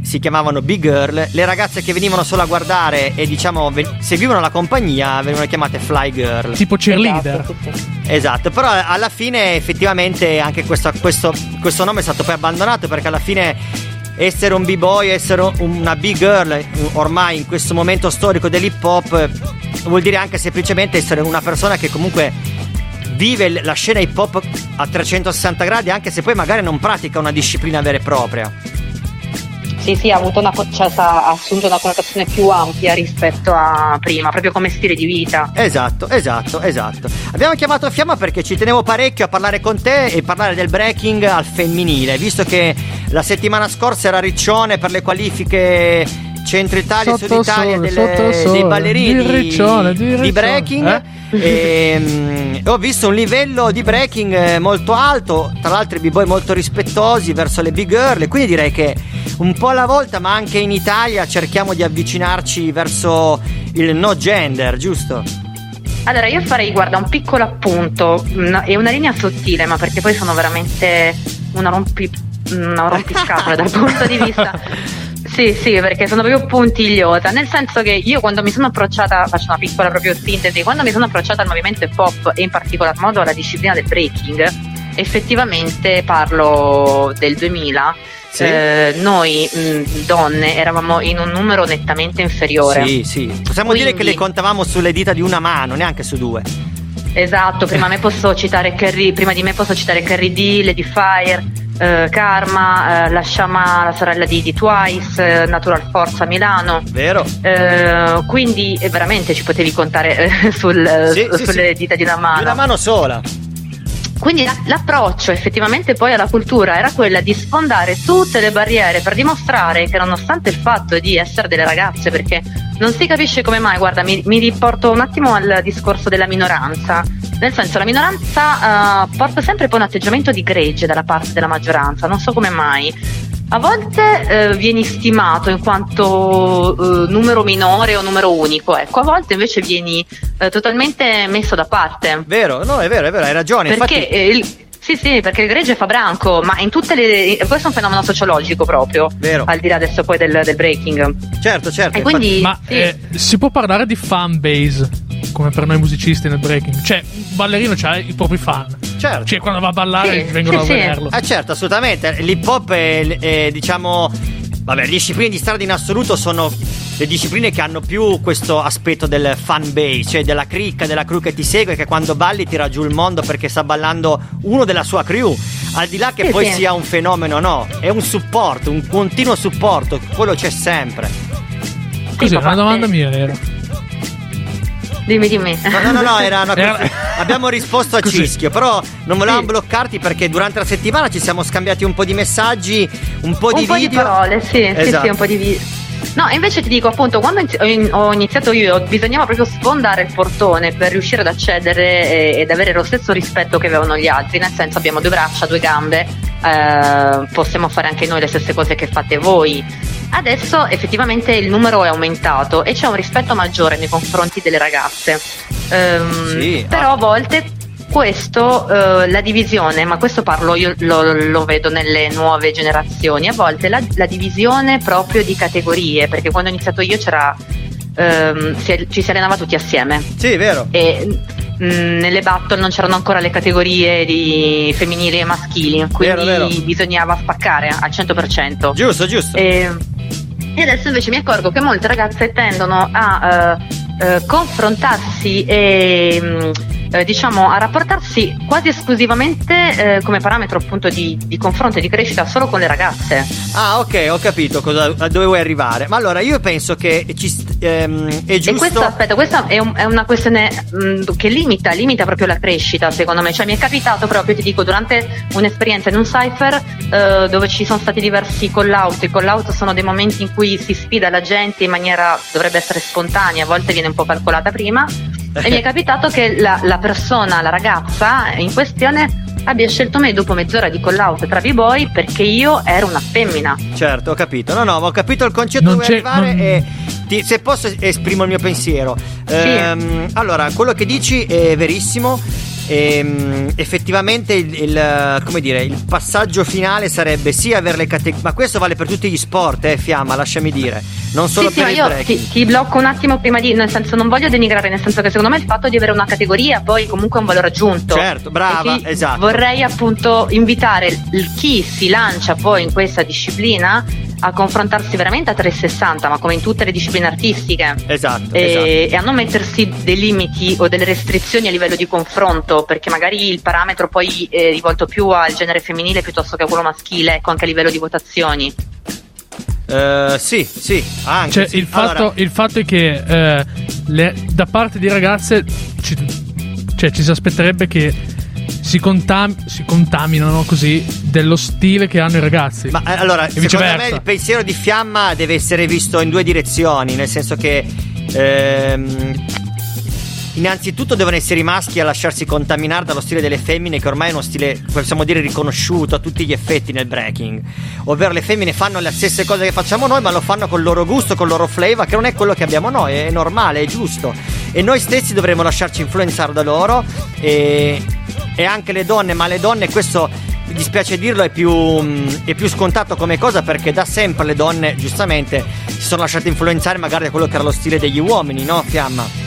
si chiamavano big girl, le ragazze che venivano solo a guardare e diciamo ven- seguivano la compagnia venivano chiamate fly girl, tipo cheerleader. Esatto, sì, sì. Esatto, però alla fine effettivamente anche questo, questo, questo nome è stato poi abbandonato, perché alla fine essere un b-boy, essere una big girl ormai in questo momento storico dell'hip hop vuol dire anche semplicemente essere una persona che comunque vive la scena hip hop a trecentosessanta gradi, anche se poi magari non pratica una disciplina vera e propria. Sì, sì, ha avuto una, cioè, ha assunto una connotazione più ampia rispetto a prima, proprio come stile di vita. Esatto, esatto, esatto. Abbiamo chiamato Fiamma perché ci tenevo parecchio a parlare con te e parlare del breaking al femminile, visto che la settimana scorsa era Riccione per le qualifiche Centro Italia e Sud Italia delle, dei ballerini di, Riccione, di, Riccione. di breaking. Eh? E, um, ho visto un livello di breaking molto alto, tra l'altro i b-boy molto rispettosi verso le big girl, quindi direi che un po' alla volta, ma anche in Italia, cerchiamo di avvicinarci verso il no gender, giusto? Allora io farei, guarda, un piccolo appunto, è una linea sottile, ma perché poi sono veramente una rompi una rompiscatole dal punto di vista. Sì, sì, perché sono proprio puntigliosa, nel senso che io quando mi sono approcciata, faccio una piccola proprio sintesi, quando mi sono approcciata al movimento hip hop e in particolar modo alla disciplina del breaking, effettivamente parlo del duemila, sì. eh, noi mh, donne eravamo in un numero nettamente inferiore. Sì, sì, possiamo Quindi, dire che le contavamo sulle dita di una mano, neanche su due. Esatto, prima, me posso citare Carrie, prima di me posso citare Carrie D, Lady Fire, Uh, Karma, uh, la Shama, la sorella di, di Twice, uh, Natural Force a Milano. Vero. Uh, quindi eh, veramente ci potevi contare uh, sul, sì, su, sì, sulle sì. dita di una mano. Di una mano sola. Quindi la, l'approccio effettivamente poi alla cultura era quella di sfondare tutte le barriere per dimostrare che nonostante il fatto di essere delle ragazze, perché non si capisce come mai, guarda, mi, mi riporto un attimo al discorso della minoranza, nel senso la minoranza uh, porta sempre poi un atteggiamento di gregge dalla parte della maggioranza, non so come mai. A volte eh, vieni stimato in quanto eh, numero minore o numero unico, ecco, a volte invece vieni eh, totalmente messo da parte. Vero, no, è vero, è vero, hai ragione. Perché Infatti... eh, il, sì, sì, perché il gregge fa branco, ma in tutte le. Questo è un fenomeno sociologico proprio. Vero. Al di là adesso poi del, del breaking. Certo, certo. E quindi, ma sì. eh, si può parlare di fan base come per noi musicisti nel breaking? Cioè, un ballerino c'ha i propri fan. Certo. Cioè, quando va a ballare sì, vengono sì, a sì. vederlo. Ah, certo, assolutamente. L'hip hop è, è diciamo. Vabbè, le discipline di strada in assoluto sono le discipline che hanno più questo aspetto del fan base, cioè della cricca, della crew che ti segue, che quando balli tira giù il mondo perché sta ballando uno della sua crew. Al di là che sì, poi sì. sia un fenomeno, no, è un supporto, un continuo supporto, quello c'è sempre. Così, sì, una domanda mia era. Dimmi, dimmi. No, no, no, no, era una Era... abbiamo risposto a Così. Cischio, però non volevamo Sì. bloccarti perché durante la settimana ci siamo scambiati un po' di messaggi, un po' un di po' video. di parole, sì, Esatto. sì, sì, un po' di video. No, invece ti dico appunto, quando ho iniziato io bisognava proprio sfondare il portone per riuscire ad accedere ed avere lo stesso rispetto che avevano gli altri, nel senso abbiamo due braccia, due gambe, eh, possiamo fare anche noi le stesse cose che fate voi. Adesso effettivamente il numero è aumentato e c'è un rispetto maggiore nei confronti delle ragazze, ehm, Sì, però ah. a volte questo, eh, la divisione, ma questo parlo io lo, lo vedo nelle nuove generazioni, a volte la, la divisione proprio di categorie, perché quando ho iniziato io c'era ehm, si, ci si allenava tutti assieme. Sì, è vero. E mh, nelle battle non c'erano ancora le categorie di femminili e maschili, quindi Vero, vero. bisognava spaccare al cento per cento. Giusto, giusto. E, e adesso invece mi accorgo che molte ragazze tendono a eh, eh, confrontarsi e mh, eh, diciamo a rapportarsi quasi esclusivamente eh, come parametro appunto di, di confronto e di crescita solo con le ragazze. Ah, ok, ho capito cosa, a dove vuoi arrivare. Ma allora io penso che ci st- ehm, è giusto. E questo, aspetta, questa è, un, è una questione mh, che limita, limita proprio la crescita, secondo me. Cioè mi è capitato proprio, ti dico, durante un'esperienza in un cypher eh, dove ci sono stati diversi call out. I call out sono dei momenti in cui si sfida la gente in maniera, dovrebbe essere spontanea, a volte viene un po' calcolata prima. E mi è capitato che la, la persona, la ragazza in questione abbia scelto me dopo mezz'ora di call out tra b-boy perché io ero una femmina. Certo, ho capito. No, no, ma ho capito il concetto Non dove vuoi c'è- arrivare non- e ti- se posso esprimo il mio pensiero. Sì. Ehm, allora, quello che dici è verissimo. E, um, effettivamente il, il, come dire, il passaggio finale sarebbe sì avere le categorie, ma questo vale per tutti gli sport, eh, Fiamma, lasciami dire, non solo sì, per sì, il io breaking. ti, ti blocco un attimo prima di, nel senso, non voglio denigrare, nel senso che secondo me il fatto di avere una categoria poi comunque è un valore aggiunto. Certo, brava, esatto. Vorrei appunto invitare il, chi si lancia poi in questa disciplina a confrontarsi veramente a trecentosessanta, ma come in tutte le discipline artistiche. Esatto, e, esatto. e a non mettersi dei limiti o delle restrizioni a livello di confronto, perché magari il parametro poi è rivolto più al genere femminile piuttosto che a quello maschile, ecco, anche a livello di votazioni. Uh, sì, sì, anche cioè, sì. Il, fatto, allora... il fatto è che eh, le, da parte di ragazze ci, cioè, ci si aspetterebbe che si, contam- si contaminano così dello stile che hanno i ragazzi. Ma eh, allora, e secondo viceversa. me il pensiero di Fiamma deve essere visto in due direzioni, nel senso che ehm, innanzitutto devono essere i maschi a lasciarsi contaminare dallo stile delle femmine, che ormai è uno stile, possiamo dire, riconosciuto a tutti gli effetti nel breaking. Ovvero le femmine fanno le stesse cose che facciamo noi, ma lo fanno col loro gusto, col loro flavor, che non è quello che abbiamo noi, è normale, è giusto. E noi stessi dovremmo lasciarci influenzare da loro, e, e anche le donne, ma le donne, questo mi dispiace dirlo, è più, è più scontato come cosa, perché da sempre le donne giustamente si sono lasciate influenzare magari da quello che era lo stile degli uomini, no, Fiamma?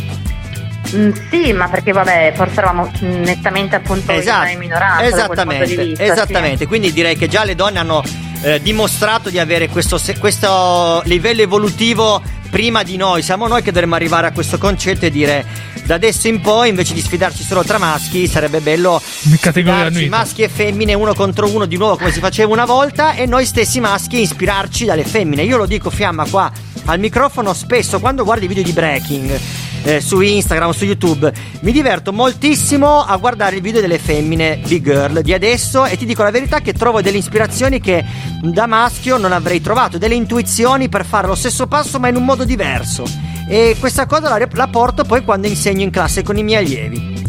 Mm, sì, ma perché vabbè, forse eravamo nettamente appunto esatto, in minoranza da quel punto di vista, esattamente, sì. Quindi direi che già le donne hanno eh, dimostrato di avere questo, questo livello evolutivo prima di noi. Siamo noi che dovremmo arrivare a questo concetto e dire: da adesso in poi, invece di sfidarci solo tra maschi, sarebbe bello sfidarci maschi e femmine uno contro uno di nuovo, come si faceva una volta, e noi stessi maschi ispirarci dalle femmine. Io lo dico, Fiamma, qua al microfono, spesso quando guardi i video di breaking eh, su Instagram o su YouTube, mi diverto moltissimo a guardare il video delle femmine big girl di adesso, e ti dico la verità che trovo delle ispirazioni che da maschio non avrei trovato, delle intuizioni per fare lo stesso passo ma in un modo diverso, e questa cosa la, la porto poi quando insegno in classe con i miei allievi.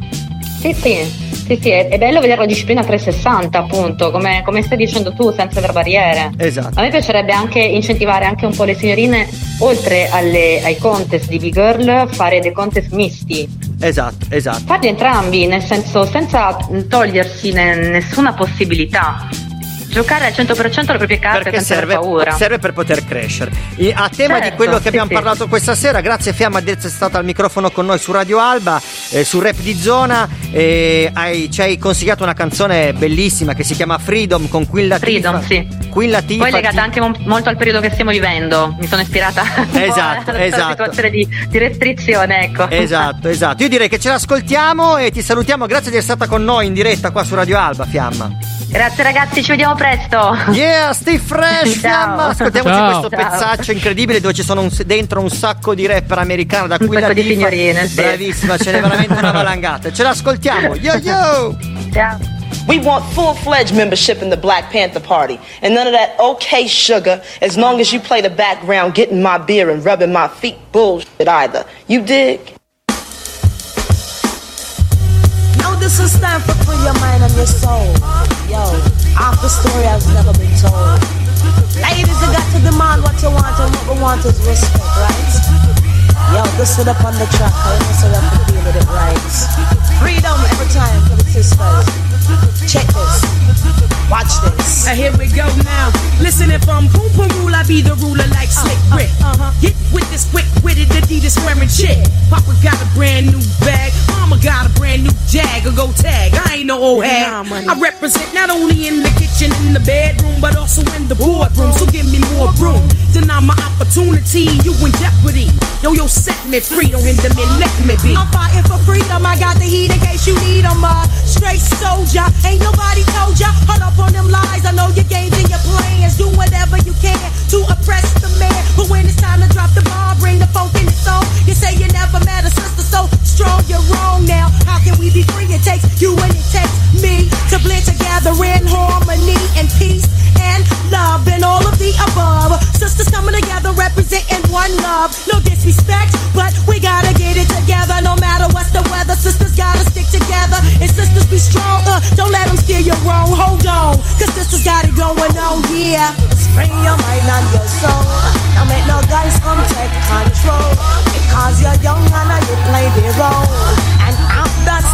Sì, sì. Sì, sì, è, è bello vedere la disciplina trecentosessanta, appunto, come, come stai dicendo tu, senza aver barriere. Esatto. A me piacerebbe anche incentivare anche un po' le signorine, oltre alle, ai contest di Big Girl, fare dei contest misti. Esatto, esatto. Farli entrambi, nel senso, senza togliersi ne, nessuna possibilità. Giocare al cento per cento le proprie carte perché senza serve, aver paura. serve per poter crescere. E a tema certo, di quello che sì, abbiamo sì. parlato questa sera, grazie Fiamma di essere stata al microfono con noi su Radio Alba, eh, su Rap di Zona, eh, hai, ci hai consigliato una canzone bellissima che si chiama Freedom con Queen Latifah. Freedom, sì. Queen Latifah. Poi legata anche mo- molto al periodo che stiamo vivendo. Mi sono ispirata esatto, alla esatto. situazione di, di restrizione, ecco. Esatto, esatto. Io direi che ce l'ascoltiamo e ti salutiamo. Grazie di essere stata con noi in diretta qua su Radio Alba, Fiamma. Grazie ragazzi, ci vediamo presto. Yeah, Steve Fresh, Fiamma. Ascoltiamoci Ciao. questo Ciao. pezzaccio incredibile dove ci sono un, dentro un sacco di rapper americano, da Un cui sacco di signorine, sì. Bravissima, ce n'è veramente una valangata. Ce l'ascoltiamo. Yo yo. Ciao. We want full-fledged membership in the Black Panther Party, and none of that okay sugar, as long as you play the background getting my beer and rubbing my feet bullshit either. You dig? Now this is time for free your mind and your soul. Yo, half the story has never been told. Ladies, you got to demand what you want, and what we want is respect, right? Yo, just sit up on the track, I don't say you have to deal with it right. Freedom every time for the sisters. Check this. Watch this. Uh, here we go now. Listen, if I'm boom boom rule, I be the ruler like Slick Rick. Uh, uh-huh. Get with this quick witted Adidas wearing chick. Papa got a brand new bag. Mama got a brand new Jag. Or go tag. I ain't no old hag. I represent not only in the kitchen, in the bedroom, but also in the boardroom. So give me more room. Deny my opportunity, you in jeopardy. Yo, yo, set me free. Don't hinder me, let me be. I'm fighting for freedom. I got the heat in case you need them. Uh, straight soldier. Ain't nobody told ya. Hold up on them lies. I know your games and your plans. Do whatever you can to oppress the man. But when it's time to drop the ball, bring the funk in the song. You say you never met a sister so strong. You're wrong now. How can we be free? It takes you and it takes me to blend together in harmony and peace and love and all of the above. Sisters coming together representing one love. No disrespect, but we gotta get it together. No matter what's the weather, sisters gotta stick together. And sisters be strong, uh, don't let them steer you wrong. Hold on, cause sisters got it going on, yeah. Spring your mind and your soul. Don't make no guys come take control. Because you're young and you play the role. And I'm the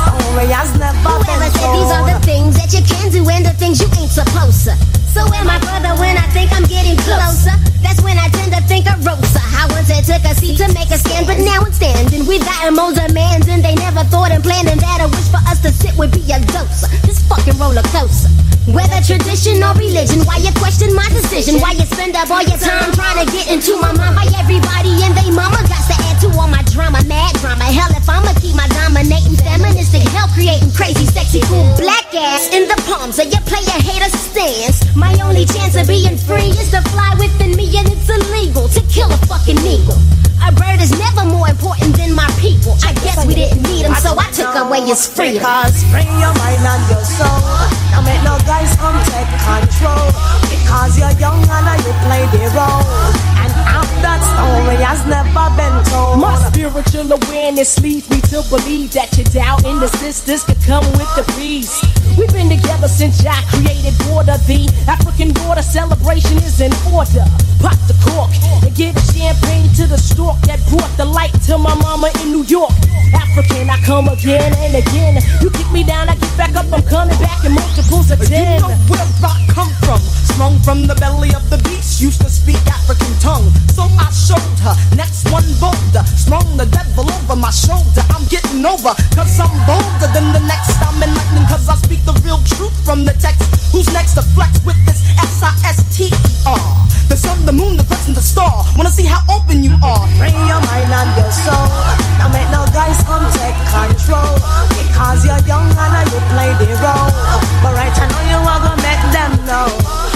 story has never Whoever been said told. these are the things that you can do and the things you ain't supposed to. So am I brother when I think I'm getting closer? That's when I tend to think of Rosa. I once had took a seat to make a stand, but now I'm standing. We've gotten more demands and they never thought and planned, and that a wish for us to sit would be a dose. This fucking roller coaster. Whether tradition or religion, why you question my decision? Why you spend up all your time trying to get into my mind? Why everybody and they mama got to add to all my drama, mad drama? Hell, if I'ma keep my dominating feministic hell, creating crazy, sexy, cool black ass in the palms of your player hater stance. My only chance of being free is to fly within me, and it's illegal to kill a fucking eagle. A bird is never more important than my people. I guess we didn't need him, so I took away his freedom. Because free your mind and your soul. Now make no guys come take control. Because you're young and you play the role. And out that story has never been told. My spiritual awareness leads me to believe that your doubt in the sisters could come with the breeze. We've been together since Jah created water. The African water celebration is in order. Pop the cork and give champagne to the stork that brought the light to my mama in New York. African, I come again and again. You kick me down, I get back up, I'm coming back in multiples of ten. You know where I come from, sprung from the belly of the beast. Used to speak African tongue, so I showed her. Next one bolder, sprung the devil over my shoulder. I'm getting over, cause I'm bolder than the next. I'm enlightening cause I speak the real truth from the text. Who's next to flex with this S I S T E R? The sun, the moon, the crescent, the star. Wanna see how open you are? Bring your mind and your soul. Now make no guys come take control. Because you're young and you play the role. But right I know you are gonna make them know.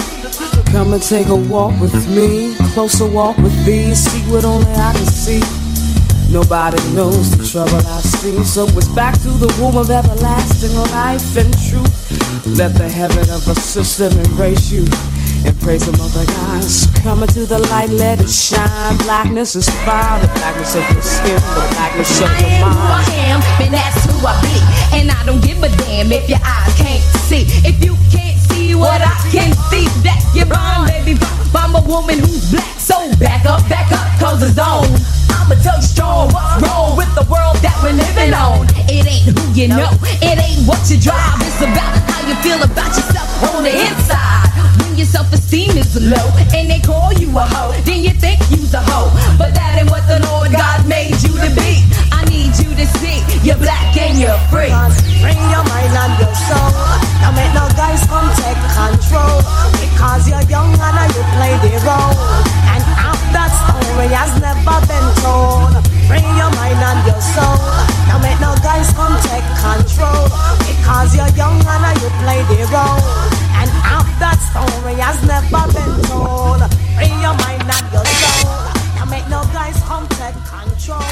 Come and take a walk with me, closer walk with thee, see what only I can see. Nobody knows the trouble I've seen, so it's back to the womb of everlasting life and truth. Let the heaven of a system embrace you and praise the mother gods. Coming to the light, let it shine. Blackness is fire, the blackness of your skin, the blackness of your mind. I am, and that's who I be. And I don't give a damn if your eyes can't see. If you can't see what I can see, that you're wrong, baby. I'm a woman who's black, so back up, back up, cause it's on. I'ma tell you strong what's wrong with the world that we're living on. It ain't who you know, it ain't what you drive. It's about how you feel about yourself on the inside. When your self-esteem is low and they call you a hoe, then you think you's a hoe. But that ain't what the Lord God made you to be. I need you to see you're black and you're free. Bring your mind and your soul. Now make no guys come take control. Because you're young and you play the role. And out that story has never been told. Bring your mind and your soul. Now make no guys come take control. Because you're young and you play the role. And out that story has never been told. Bring your mind and your soul. Now make no guys come take control.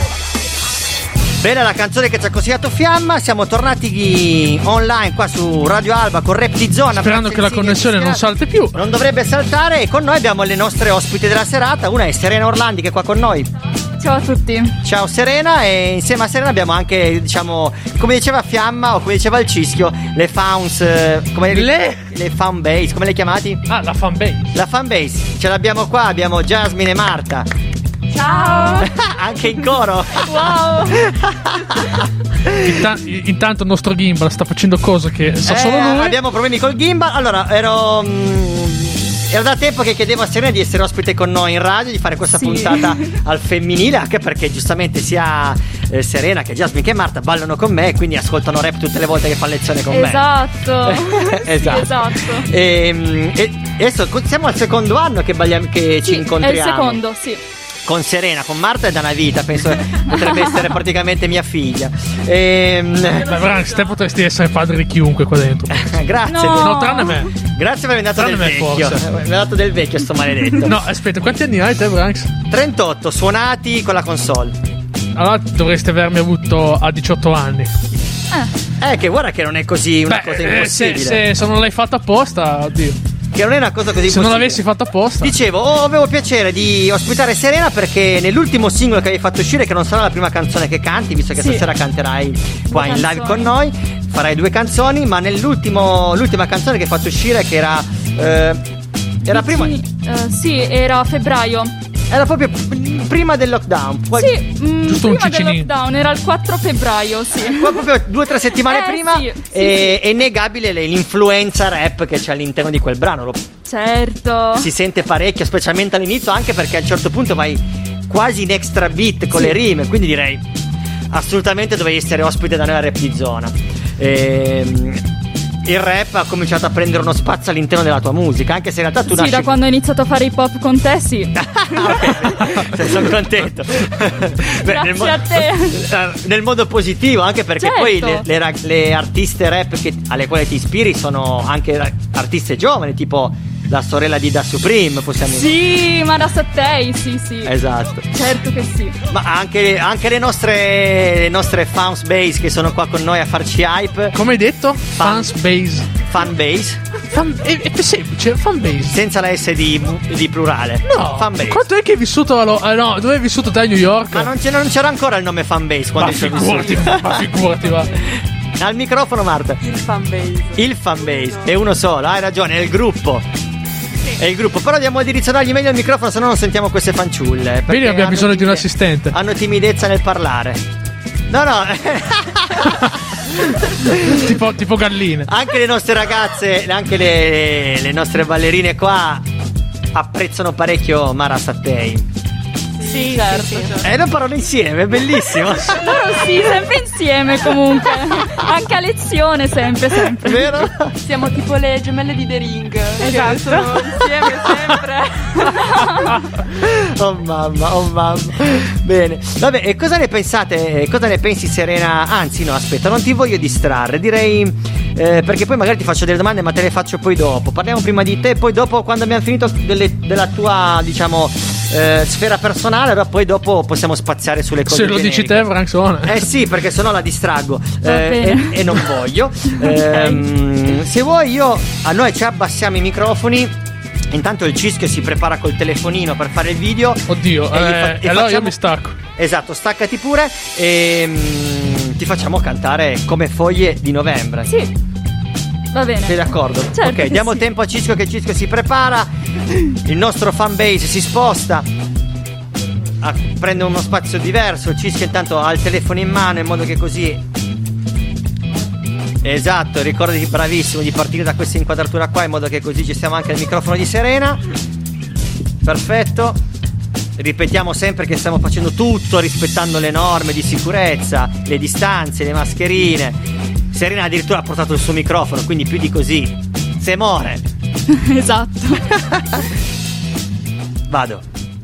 Bella la canzone che ci ha consigliato Fiamma. Siamo tornati online qua su Radio Alba con Rap di Zona, sperando che la connessione non salti più. Non dovrebbe saltare. E con noi abbiamo le nostre ospiti della serata. Una è Serena Orlandi che è qua con noi. Ciao a tutti. Ciao Serena. E insieme a Serena abbiamo anche, diciamo, come diceva Fiamma o come diceva il Cischio, le fans, come le, le fan base, come le chiamati? Ah, la fan base. La fan base. Ce l'abbiamo qua, abbiamo Jasmine e Marta. Ciao. Anche in coro. Wow. Inta- intanto il nostro gimbal sta facendo cose che sa eh, solo lui. Abbiamo problemi col gimbal. Allora, ero mh, era da tempo che chiedevo a Serena di essere ospite con noi in radio, di fare questa sì. puntata al femminile, anche perché giustamente sia eh, Serena che Jasmine che Marta ballano con me, quindi ascoltano rap tutte le volte che fanno lezione con esatto. me. Esatto. Sì, esatto. E, e adesso siamo al secondo anno che, balliamo, che sì, ci incontriamo. È il secondo, sì. Con Serena, con Marta è da una vita, penso potrebbe essere praticamente mia figlia. Ehm... Beh, Branks, te potresti essere padre di chiunque qua dentro. Grazie. No. no, tranne me. Grazie per avermi dato tranne del me, vecchio. forse. Mi ha dato del vecchio sto maledetto. No, aspetta, quanti anni hai te, Branks? trentotto, suonati con la console. Allora dovreste avermi avuto a diciotto anni. Eh, che guarda che non è così una Beh, cosa eh, impossibile. Se, se, se non l'hai fatta apposta, oddio. Che non è una cosa così se non possibile. l'avessi fatta apposta. Dicevo, oh, avevo piacere di ospitare Serena perché nell'ultimo singolo che avevi fatto uscire, che non sarà la prima canzone che canti, visto che sì. stasera canterai qua due in live canzoni. con noi, farai due canzoni, ma nell'ultimo l'ultima canzone che hai fatto uscire, che era eh, era prima sì, uh, sì, era a febbraio. Era proprio prima del lockdown. Poi... Sì, mh, prima del lockdown, era il quattro febbraio, sì. Proprio due o tre settimane eh, prima. Sì, sì, è, sì. è innegabile l'influenza rap che c'è all'interno di quel brano. Lo... Certo. Si sente parecchio, specialmente all'inizio, anche perché a un certo punto vai quasi in extra beat con sì. le rime. Quindi direi assolutamente dovevi essere ospite da noi a Rap di Zona. Ehm... Il rap ha cominciato a prendere uno spazio all'interno della tua musica, anche se in realtà tu sì, nasci... da quando ho iniziato a fare hip hop con te, sì. okay. Sono contento. Grazie Beh, nel mo- a te. Nel modo positivo, anche perché certo. poi le, le, le artiste rap che, alle quali ti ispiri sono anche artiste giovani, tipo la sorella di Da Supreme, possiamo dire. Sì, Mara Sattei, sì, sì. Esatto. Certo che sì. Ma anche, anche le nostre le nostre fans base che sono qua con noi a farci hype. Come hai detto? Fans base. Fan base. Fan, è, è più semplice, fan base. Senza la S di, di plurale. No. Fan base. Quanto è che hai vissuto a Lo- eh, no, dove hai vissuto te a New York? Ma non, non c'era ancora il nome fan base quando ma ci ho figurati, vissuto. ma figurati, va. Al microfono, Marta. Il fan base. Il fan base. È uno solo, hai ragione, è il gruppo. È il gruppo, però diamo a direzionargli meglio il microfono, se no non sentiamo queste fanciulle. Vedi, abbiamo bisogno di un assistente. Hanno timidezza nel parlare. No, no. tipo, tipo galline. Anche le nostre ragazze, anche le, le nostre ballerine qua apprezzano parecchio Mara Sattei. Sì, certo, sì, sì. certo. E non parlano insieme, è bellissimo. Loro sì, sempre insieme comunque. Anche a lezione, sempre, sempre. Vero? Siamo tipo le gemelle di The Ring. Esatto. Che sono insieme sempre. Oh mamma, oh mamma. Bene. Vabbè, e cosa ne pensate? Cosa ne pensi, Serena? Anzi, no, aspetta, non ti voglio distrarre. Direi eh, perché poi magari ti faccio delle domande, ma te le faccio poi dopo. Parliamo prima di te, poi dopo, quando abbiamo finito delle, della tua, diciamo, eh, sfera personale, allora poi dopo possiamo spaziare sulle cose. Se lo generiche. dici te, Frank Suona. Eh sì, perché sennò la distraggo Va eh, bene. e, e non voglio. Ehm, se vuoi io, a noi ci abbassiamo i microfoni. Intanto il Cischio si prepara col telefonino per fare il video. Oddio, e eh, gli fa- e allora facciamo- io mi stacco. Esatto, staccati pure e mm, ti facciamo cantare Come foglie di novembre. Sì. Va bene. Sei d'accordo? Certo ok, che diamo sì. tempo a Cischio, che Cischio si prepara. Il nostro fan base si sposta, a- prende uno spazio diverso. Cischio intanto ha il telefono in mano, in modo che così. Esatto, ricordati, bravissimo, di partire da questa inquadratura qua, in modo che così ci stiamo anche al microfono di Serena. Perfetto. Ripetiamo sempre che stiamo facendo tutto rispettando le norme di sicurezza, le distanze, le mascherine. Serena addirittura ha portato il suo microfono, quindi più di così se muore. Esatto. Vado.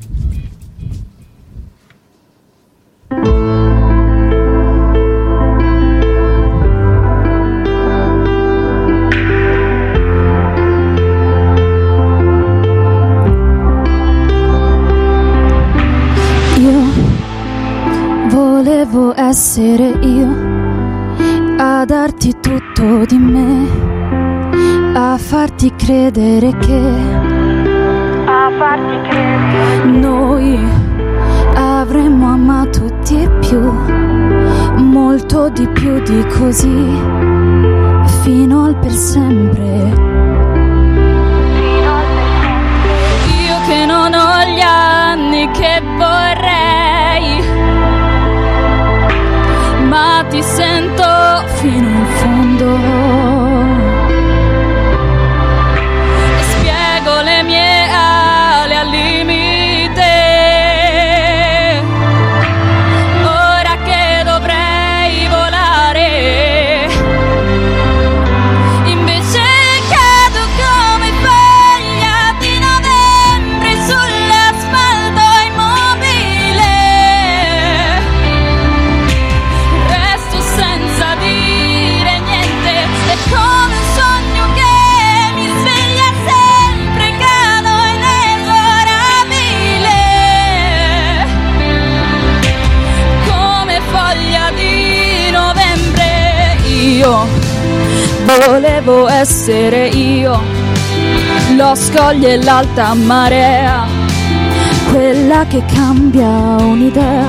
Volevo essere io a darti tutto di me, a farti credere che a farti credere noi avremmo amato di più, molto di più di così, fino al per sempre. Io che non ho gli anni che vorrei, ma ti sento fino in fondo e spiego le mie ali al limite. Ora che dovrei volare, invece cado come foglia di novembre sull'asfalto immobile. Resto senza dire niente, è come un sogno che mi sveglia sempre, cado inesorabile, come foglia di novembre. Io volevo essere io, lo scoglio e l'alta marea, Quella che cambia un'idea,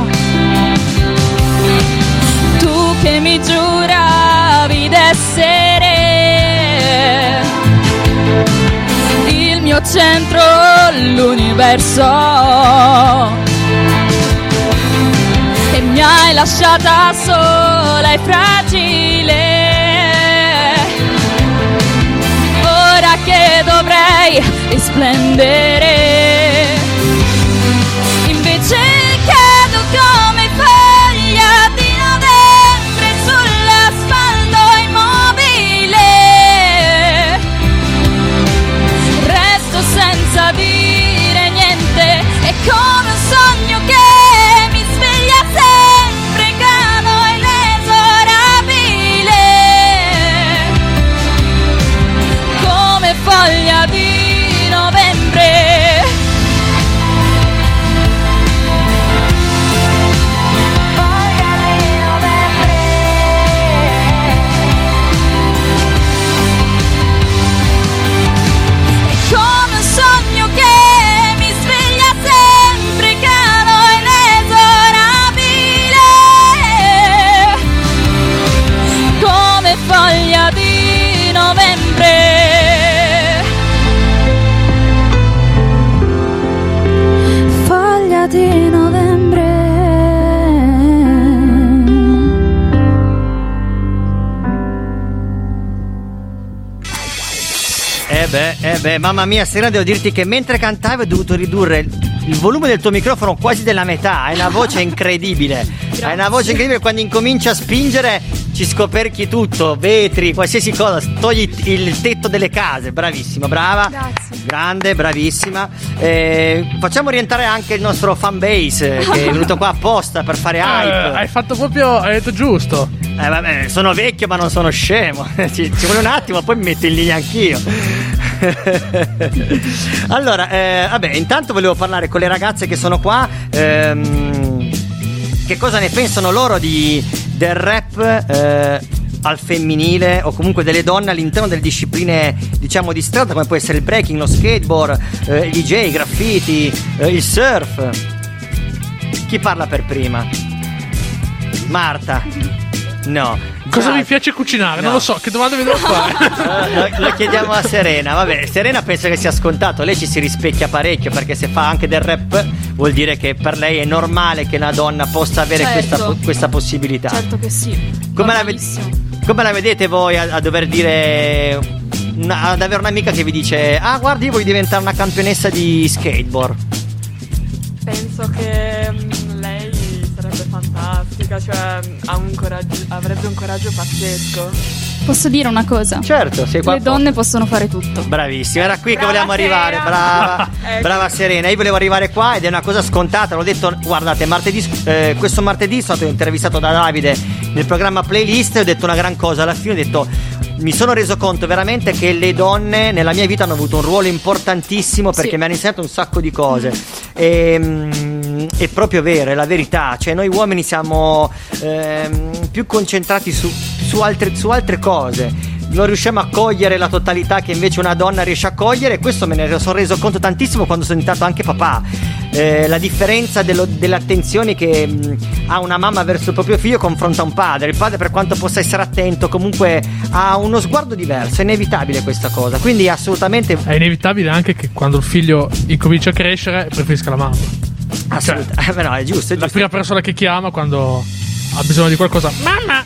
tu che mi giuravi d'essere il mio centro, l'universo. verso e mi hai lasciata sola e fragile. Ora che dovrei risplendere, invece cado come foglia di novembre sull'asfalto immobile. Resto senza dire niente, è come un sogno che mi sveglia sempre, cado inesorabile, come foglia di novembre. Come un sogno che mi sveglia sempre, caro inesorabile, come foglia di novembre. Foglia di novembre. Eh beh, eh beh, mamma mia, Serena, devo dirti che mentre cantavi ho dovuto ridurre il, il volume del tuo microfono quasi della metà. Hai una voce incredibile. Hai una voce incredibile. Quando incominci a spingere ci scoperchi tutto, vetri, qualsiasi cosa, togli il tetto delle case. Bravissima, brava. Grazie. Grande, bravissima. Eh, facciamo rientrare anche il nostro fan base, eh, che è venuto qua apposta per fare hype. Eh, hai fatto proprio, hai detto giusto. Eh vabbè, sono vecchio ma non sono scemo. ci, ci vuole un attimo, poi mi metto in linea anch'io. Allora, eh, vabbè, intanto volevo parlare con le ragazze che sono qua. Ehm, che cosa ne pensano loro di, del rap eh, al femminile, o comunque delle donne all'interno delle discipline, diciamo, di strada, come può essere il breaking, lo skateboard, eh, il D J, i graffiti, eh, il surf. Chi parla per prima? Marta? No. Cosa Già. vi piace cucinare? No. Non lo so, che domande mi devo fare? lo, lo chiediamo a Serena. Vabbè, Serena penso che sia scontato. Lei ci si rispecchia parecchio, perché se fa anche del rap vuol dire che per lei è normale che una donna possa avere Certo. questa, questa possibilità. Certo che sì. Come la, Normalissimo. come la vedete voi a, a dover dire una, ad avere un'amica che vi dice: ah, guardi, io voglio diventare una campionessa di skateboard? Penso che mm, lei sarebbe fantastica, cioè ha un coraggio, avrebbe un coraggio pazzesco. Posso dire una cosa? Certo, sei qua. Le donne possono fare tutto. Bravissima, era qui Brava che volevamo arrivare. Serena. Brava, Ecco. brava Serena. Io volevo arrivare qua ed è una cosa scontata. L'ho detto, guardate, martedì, eh, questo martedì sono stato intervistato da Davide nel programma Playlist e ho detto una gran cosa. Alla fine ho detto: mi sono reso conto veramente che le donne nella mia vita hanno avuto un ruolo importantissimo, perché Sì. mi hanno insegnato un sacco di cose. E, mm, è proprio vero, è la verità. Cioè, noi uomini siamo ehm, più concentrati su, su, altre, su altre cose. Non riusciamo a cogliere la totalità che invece una donna riesce a cogliere, e questo me ne sono reso conto tantissimo quando sono diventato anche papà. Eh, la differenza dello, delle attenzioni che mh, ha una mamma verso il proprio figlio confronta un padre. Il padre, per quanto possa essere attento, comunque ha uno sguardo diverso. È inevitabile questa cosa, quindi assolutamente È inevitabile anche che quando il figlio incomincia a crescere preferisca la mamma. assolutamente. Eh, no, è giusto, è La giusto. prima persona che chiama quando ha bisogno di qualcosa. Mamma!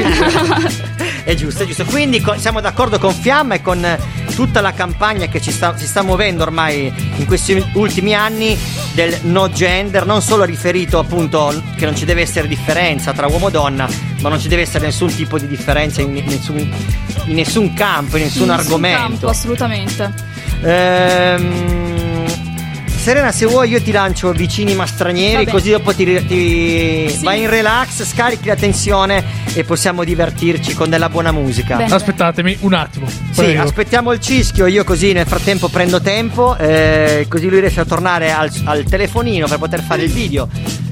È giusto, è giusto. Quindi co- siamo d'accordo con Fiamma e con eh, tutta la campagna che ci sta, si sta muovendo ormai in questi ultimi anni del no gender, non solo riferito appunto che non ci deve essere differenza tra uomo e donna, ma non ci deve essere nessun tipo di differenza in nessun, in nessun campo, in nessun In argomento. campo, assolutamente. Ehm, Serena, se vuoi io ti lancio vicini ma stranieri, Va bene. così dopo ti, ti Sì. vai in relax, scarichi la tensione e possiamo divertirci con della buona musica. Bene. Aspettatemi un attimo. Sì, prego. aspettiamo il cischio, io così nel frattempo prendo tempo, eh, così lui riesce a tornare al, al telefonino per poter fare il video.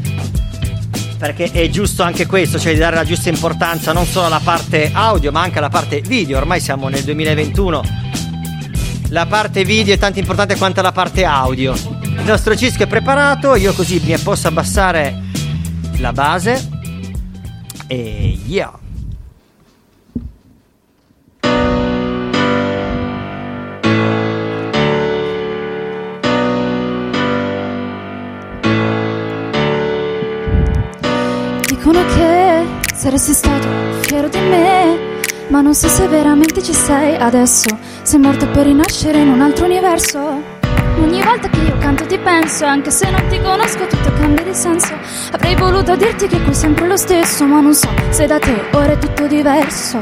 Perché è giusto anche questo, cioè di dare la giusta importanza non solo alla parte audio ma anche alla parte video. Ormai siamo nel duemilaventuno, la parte video è tanto importante quanto la parte audio. Il nostro cischio è preparato, io così mi posso abbassare la base e yeah. Ma non so se veramente ci sei adesso. Sei morto per rinascere in un altro universo. Ogni volta che io canto ti penso, anche se non ti conosco tutto cambia di senso. Avrei voluto dirti che qui è sempre lo stesso, ma non so se da te ora è tutto diverso.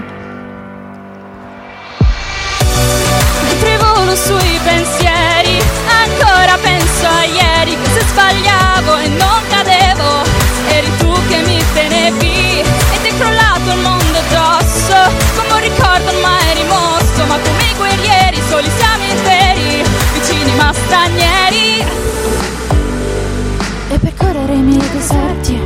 Mentre volo sui pensieri, ancora penso a ieri, che se sbagliavo e non cadevo, eri tu che mi tenevi ed è crollato il mondo addosso, come un ricordo ormai rimosso, ma come i guerrieri soli siamo interi, vicini ma stranieri. E percorrere i miei deserti,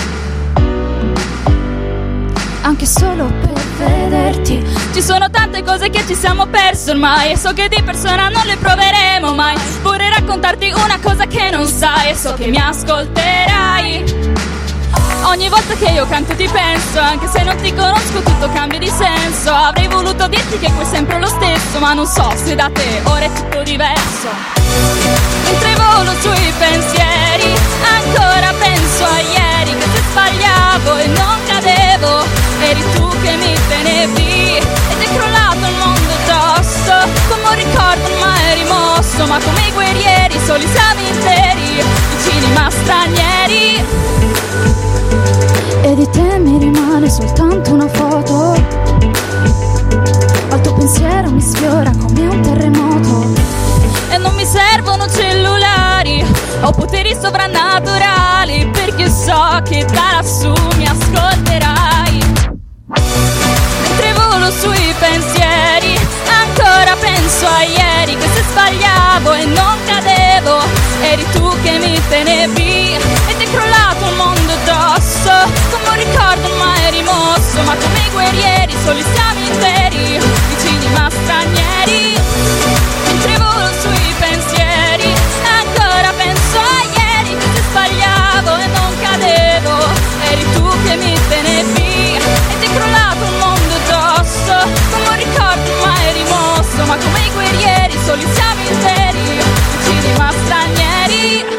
anche solo per vederti. Ci sono tante cose che ci siamo persi ormai, e so che di persona non le proveremo mai. Vorrei raccontarti una cosa che non sai, e so che mi ascolterai. Ogni volta che io canto ti penso, anche se non ti conosco tutto cambia di senso. Avrei voluto dirti che qui è sempre lo stesso, ma non so se da te ora è tutto diverso. Mentre volo sui pensieri, ancora penso a ieri, che se sbagliavo e non cadevo, eri tu che mi tenevi ed è crollato il mondo addosso, come un ricordo ormai rimosso, ma come i guerrieri soli siamo interi, vicini ma stranieri. E di te mi rimane soltanto una foto, al tuo pensiero mi sfiora come un terremoto. E non mi servono cellulari o poteri sovrannaturali, perché so che da lassù mi ascolterai. Mentre volo sui pensieri, ancora penso a ieri, che se sbagliavo e non cadevo, eri tu che mi tenevi ed è crollato il mondo addosso, come un ricordo ormai rimosso, ma come i guerrieri soli siamo interi, vicini ma stranieri. Mentre volo sui pensieri, ancora penso a ieri, che se sbagliavo e non cadevo, eri tu che mi tenevi ed è crollato il mondo addosso, come un ricordo ormai rimosso, ma come i guerrieri soli siamo interi, vicini ma stranieri.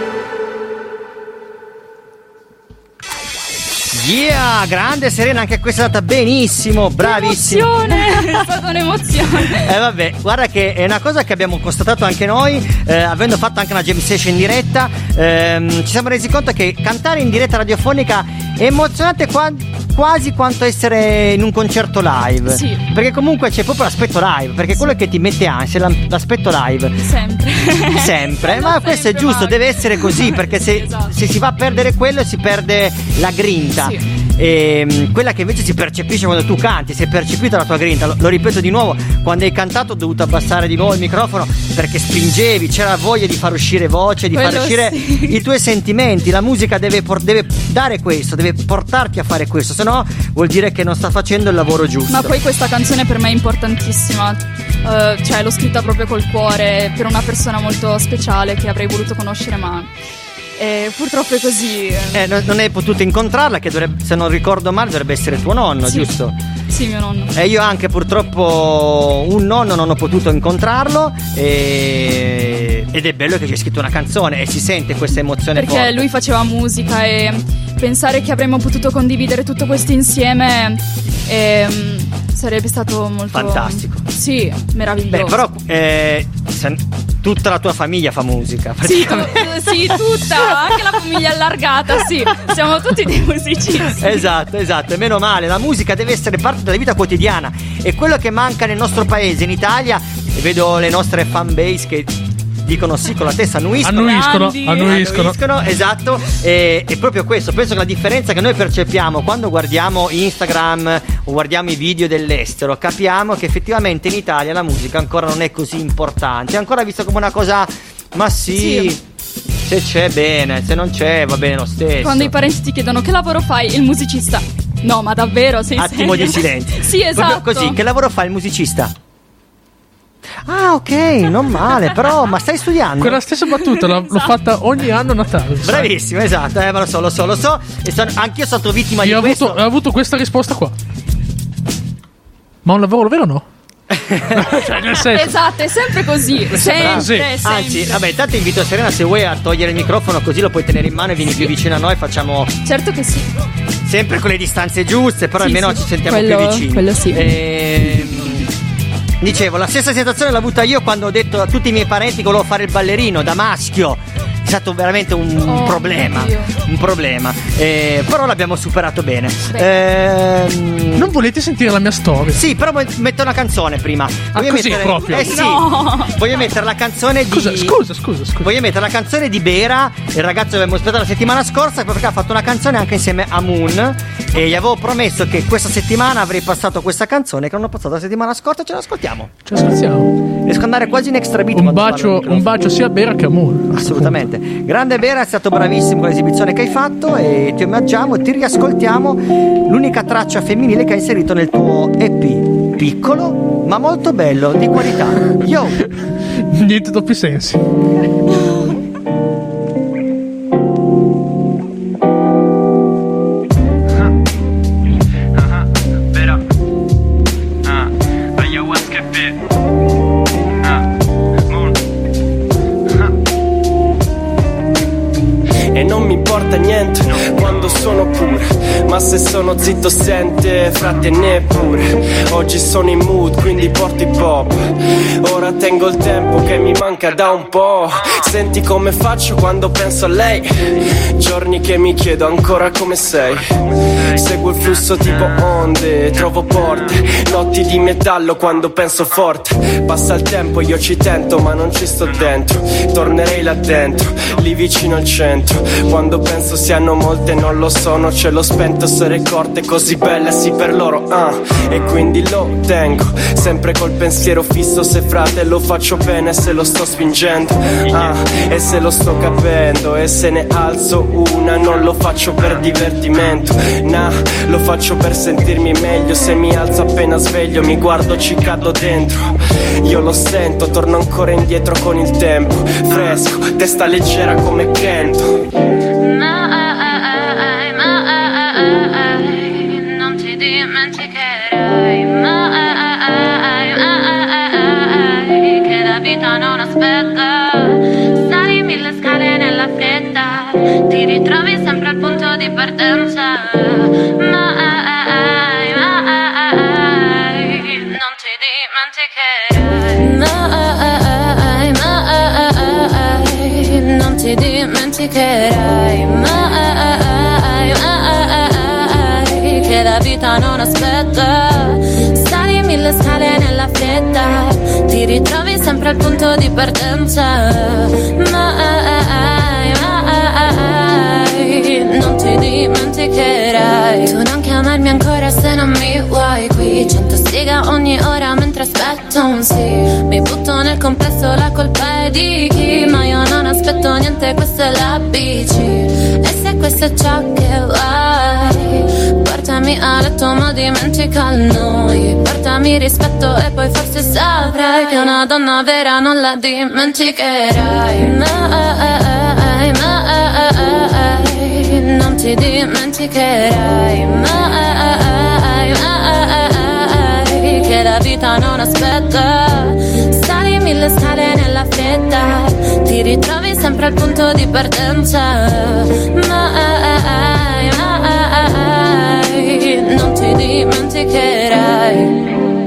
Yeah, grande Serena, anche questa è andata benissimo, bravissimo. Emozione, è stata un'emozione. Eh vabbè, guarda che è una cosa che abbiamo constatato anche noi, eh, avendo fatto anche una jam session in diretta, ehm, ci siamo resi conto che cantare in diretta radiofonica è emozionante qua- quasi quanto essere in un concerto live. Sì. Perché comunque c'è proprio l'aspetto live, perché quello che ti mette ansia è la- l'aspetto live. Sempre. Sempre, ma questo è giusto, deve essere così, perché se, Esatto. se si va a perdere quello si perde la grinta. E, quella che invece si percepisce quando tu canti, si è percepita la tua grinta. Lo, lo ripeto di nuovo, quando hai cantato ho dovuto abbassare di nuovo il microfono perché spingevi, c'era voglia di far uscire voce, di Quello far uscire sì. i tuoi sentimenti. La musica deve, por- deve dare questo, deve portarti a fare questo, se no vuol dire che non sta facendo il lavoro giusto. Ma poi questa canzone per me è importantissima, uh, cioè l'ho scritta proprio col cuore per una persona molto speciale che avrei voluto conoscere, ma eh, purtroppo è così. Eh, non, non hai potuto incontrarla, che dovrebbe, se non ricordo male dovrebbe essere tuo nonno, Sì. giusto? Sì, mio nonno. E io anche purtroppo un nonno non ho potuto incontrarlo e... ed è bello che c'è scritto una canzone e si sente questa emozione Perché forte. lui faceva musica e pensare che avremmo potuto condividere tutto questo insieme ehm, sarebbe stato molto Fantastico. Sì, meraviglioso. Beh, però eh, se- tutta la tua famiglia fa musica. Sì, praticamente. tu- sì, tutta, anche la famiglia allargata, sì, siamo tutti dei musicisti. Esatto, esatto, e meno male, la musica deve essere parte della vita quotidiana, è quello che manca nel nostro paese, in Italia, e vedo le nostre fan base che dicono sì con la testa, annuiscono Annuiscono, Grandi. annuiscono. Annuiscono, esatto, e, è proprio questo, penso che la differenza che noi percepiamo quando guardiamo Instagram o guardiamo i video dell'estero, capiamo che effettivamente in Italia la musica ancora non è così importante, è ancora vista come una cosa, ma sì, Sì. se c'è bene, se non c'è va bene lo stesso. Quando i parenti ti chiedono che lavoro fai, il musicista. No, ma davvero, sei Attimo serio? di silenzio. Sì, esatto. Proprio così, che lavoro fa il musicista? Ah, ok, non male, però ma stai studiando? Quella stessa battuta l'ho, l'ho fatta ogni anno a Natale. sai. Bravissimo, esatto, eh, ma lo so, lo so, lo so. E sono, anch'io sono stato vittima Io di ho questo. avuto, ho avuto questa risposta qua. Ma un lavoro vero o no? Cioè, nel senso... Esatto, è sempre così. Sempre, sempre. Anzi, vabbè, intanto invito Serena, se vuoi, a togliere il microfono, così lo puoi tenere in mano e vieni più vicino a noi. Facciamo Certo che sì. sempre con le distanze giuste, però Sì, almeno sì. ci sentiamo Quello- più vicini. quello sì. Ehm, Dicevo, la stessa sensazione l'ho avuta io quando ho detto a tutti i miei parenti che volevo fare il ballerino da maschio. È stato veramente un Oh, problema. Dio. Un problema. Eh, però l'abbiamo superato bene. Ehm, Non volete sentire la mia storia? Sì, però metto una canzone prima. Ah, così proprio? Eh sì. No. Voglio mettere la canzone di. Scusa, scusa, scusa, scusa. Voglio mettere la canzone di Bera, il ragazzo che abbiamo aspettato la settimana scorsa, perché ha fatto una canzone anche insieme a Moon. E gli avevo promesso che questa settimana avrei passato questa canzone che non ho passato la settimana scorsa. Ce l'ascoltiamo. Ce l'ascoltiamo. Riesco ad andare quasi in extra beat. Un quando parlo bacio, al microfono. un bacio sia a Bera che a Moon. Assolutamente. Grande Bera, è stato bravissimo con l'esibizione che hai fatto e ti omaggiamo e ti riascoltiamo l'unica traccia femminile che hai inserito nel tuo E P. Piccolo, ma molto bello, di qualità. Yo! Niente doppi sensi. Vera. Ah, ayahuasca e pe. Ah, moon. E non mi importa niente quando sono pure, ma se sono zitto sente, frate neppure. Oggi sono in mood, quindi porto hip hop. Ora tengo il tempo che mi manca da un po'. Senti come faccio quando penso a lei. Giorni che mi chiedo ancora come sei. Seguo il flusso tipo onde, trovo porte. Notti di metallo quando penso forte. Passa il tempo, io ci tento ma non ci sto dentro. Tornerei là dentro, lì vicino al centro. Quando penso siano molte non lo sono. Ce l'ho spento, sere corte così belle sì per loro, ah. E quindi lo tengo, sempre col pensiero fisso. Se frate lo faccio bene, se lo sto spingendo, ah. E se lo sto capendo, e se ne alzo una non lo faccio per divertimento, nah, lo faccio per sentirmi meglio. Se mi alzo appena sveglio, mi guardo, ci cado dentro. Io lo sento, torno ancora indietro con il tempo. Fresco, testa leggera come Kento. Mai, mai, non ti dimenticherai mai, mai, che la vita non aspetta. Sali mille scale nella fretta, ti ritrovi sempre al punto di partenza. Mai, mai, non ti dimenticherai mai, mai, non ti dimenticherai mai, mai, che la vita non aspetta. Sali mille scale nella fretta, ti ritrovi sempre al punto di partenza. Mai, mai, non ti dimenticherai. Tu non chiamarmi ancora se non mi vuoi qui. Cento stiga ogni ora mentre aspetto un sì. Mi butto nel complesso, la colpa è di chi? Ma io non aspetto niente, questa è la bici. E se questo è ciò che vuoi, portami a letto ma dimentica il noi. Portami rispetto e poi forse saprai che una donna vera non la dimenticherai mai, mai, non ti dimenticherai mai, mai, che la vita non aspetta. Sali mille scale nella fretta, ti ritrovi sempre al punto di partenza. Mai, mai, non ti dimenticherai.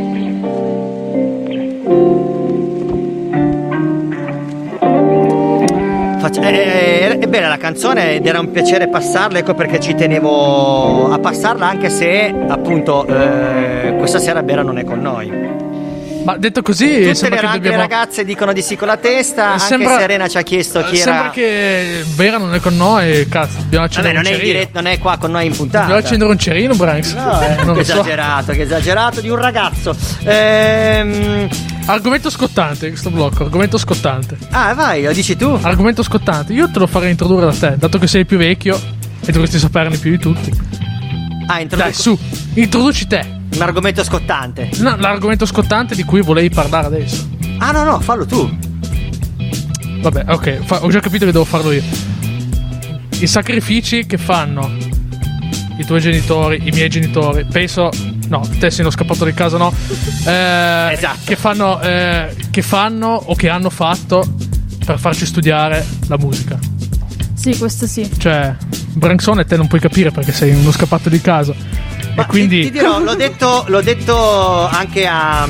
Faccia- eh, È bella la canzone ed era un piacere passarla, ecco perché ci tenevo a passarla, anche se appunto eh, questa sera Bera non è con noi. Ma detto così, Tutte sembra le, che anche dobbiamo... le ragazze dicono di sì con la testa, anche Sembra- Serena ci ha chiesto chi Sembra era. che Bera non è con noi, cazzo, dobbiamo Vabbè, accendere non un è, in cerino. diretta, non è qua con noi in puntata. Dobbiamo accendere un cerino, Branks. No, eh, non che lo so. esagerato, che esagerato di un ragazzo. Ehm... Argomento scottante, questo blocco, argomento scottante. Ah, vai, lo dici tu? Argomento scottante, io te lo farei introdurre da te, dato che sei il più vecchio e dovresti saperne più di tutti. Ah, introduco... Dai, su, introduci te. Un argomento scottante. No, l'argomento scottante di cui volevi parlare adesso. Ah, no, no, fallo tu. Vabbè, ok, fa- ho già capito che devo farlo io. I sacrifici che fanno i tuoi genitori, i miei genitori, penso no, te sei uno scappato di casa, no. Eh, esatto. Che fanno, eh, che fanno o che hanno fatto per farci studiare la musica. Sì, questo sì. Cioè, Branxone te non puoi capire perché sei uno scappato di casa. Ma e quindi ti, ti dirò, l'ho detto, l'ho detto anche a,